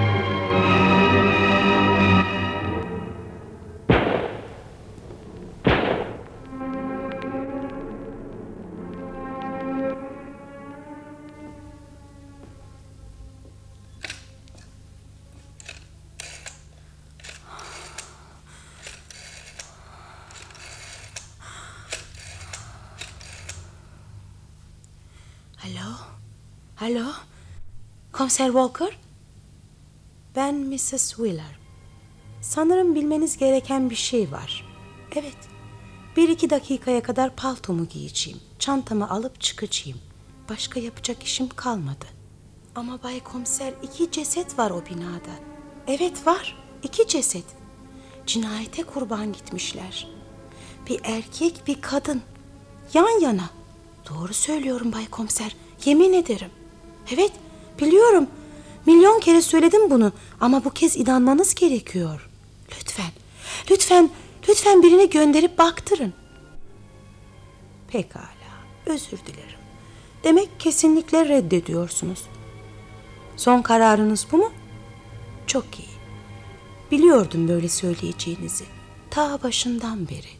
Alo? Alo? Komiser Walker? Ben missus Wheeler. Sanırım bilmeniz gereken bir şey var. Evet. Bir iki dakikaya kadar paltomu giyeceğim. Çantamı alıp çıkacağım. Başka yapacak işim kalmadı. Ama Bay Komiser, iki ceset var o binada. Evet var. İki ceset. Cinayete kurban gitmişler. Bir erkek, bir kadın. Yan yana. Doğru söylüyorum Bay Komiser. Yemin ederim. Evet, biliyorum. Milyon kere söyledim bunu. Ama bu kez inanmanız gerekiyor. Lütfen, lütfen, lütfen birini gönderip baktırın. Pekala, özür dilerim. Demek kesinlikle reddediyorsunuz. Son kararınız bu mu? Çok iyi. Biliyordum böyle söyleyeceğinizi. Ta başından beri.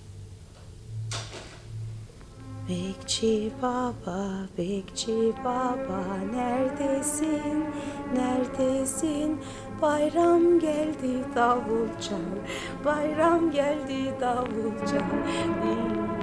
Bekçi baba, bekçi baba, neredesin, neredesin? Bayram geldi davul çal, bayram geldi davul çal.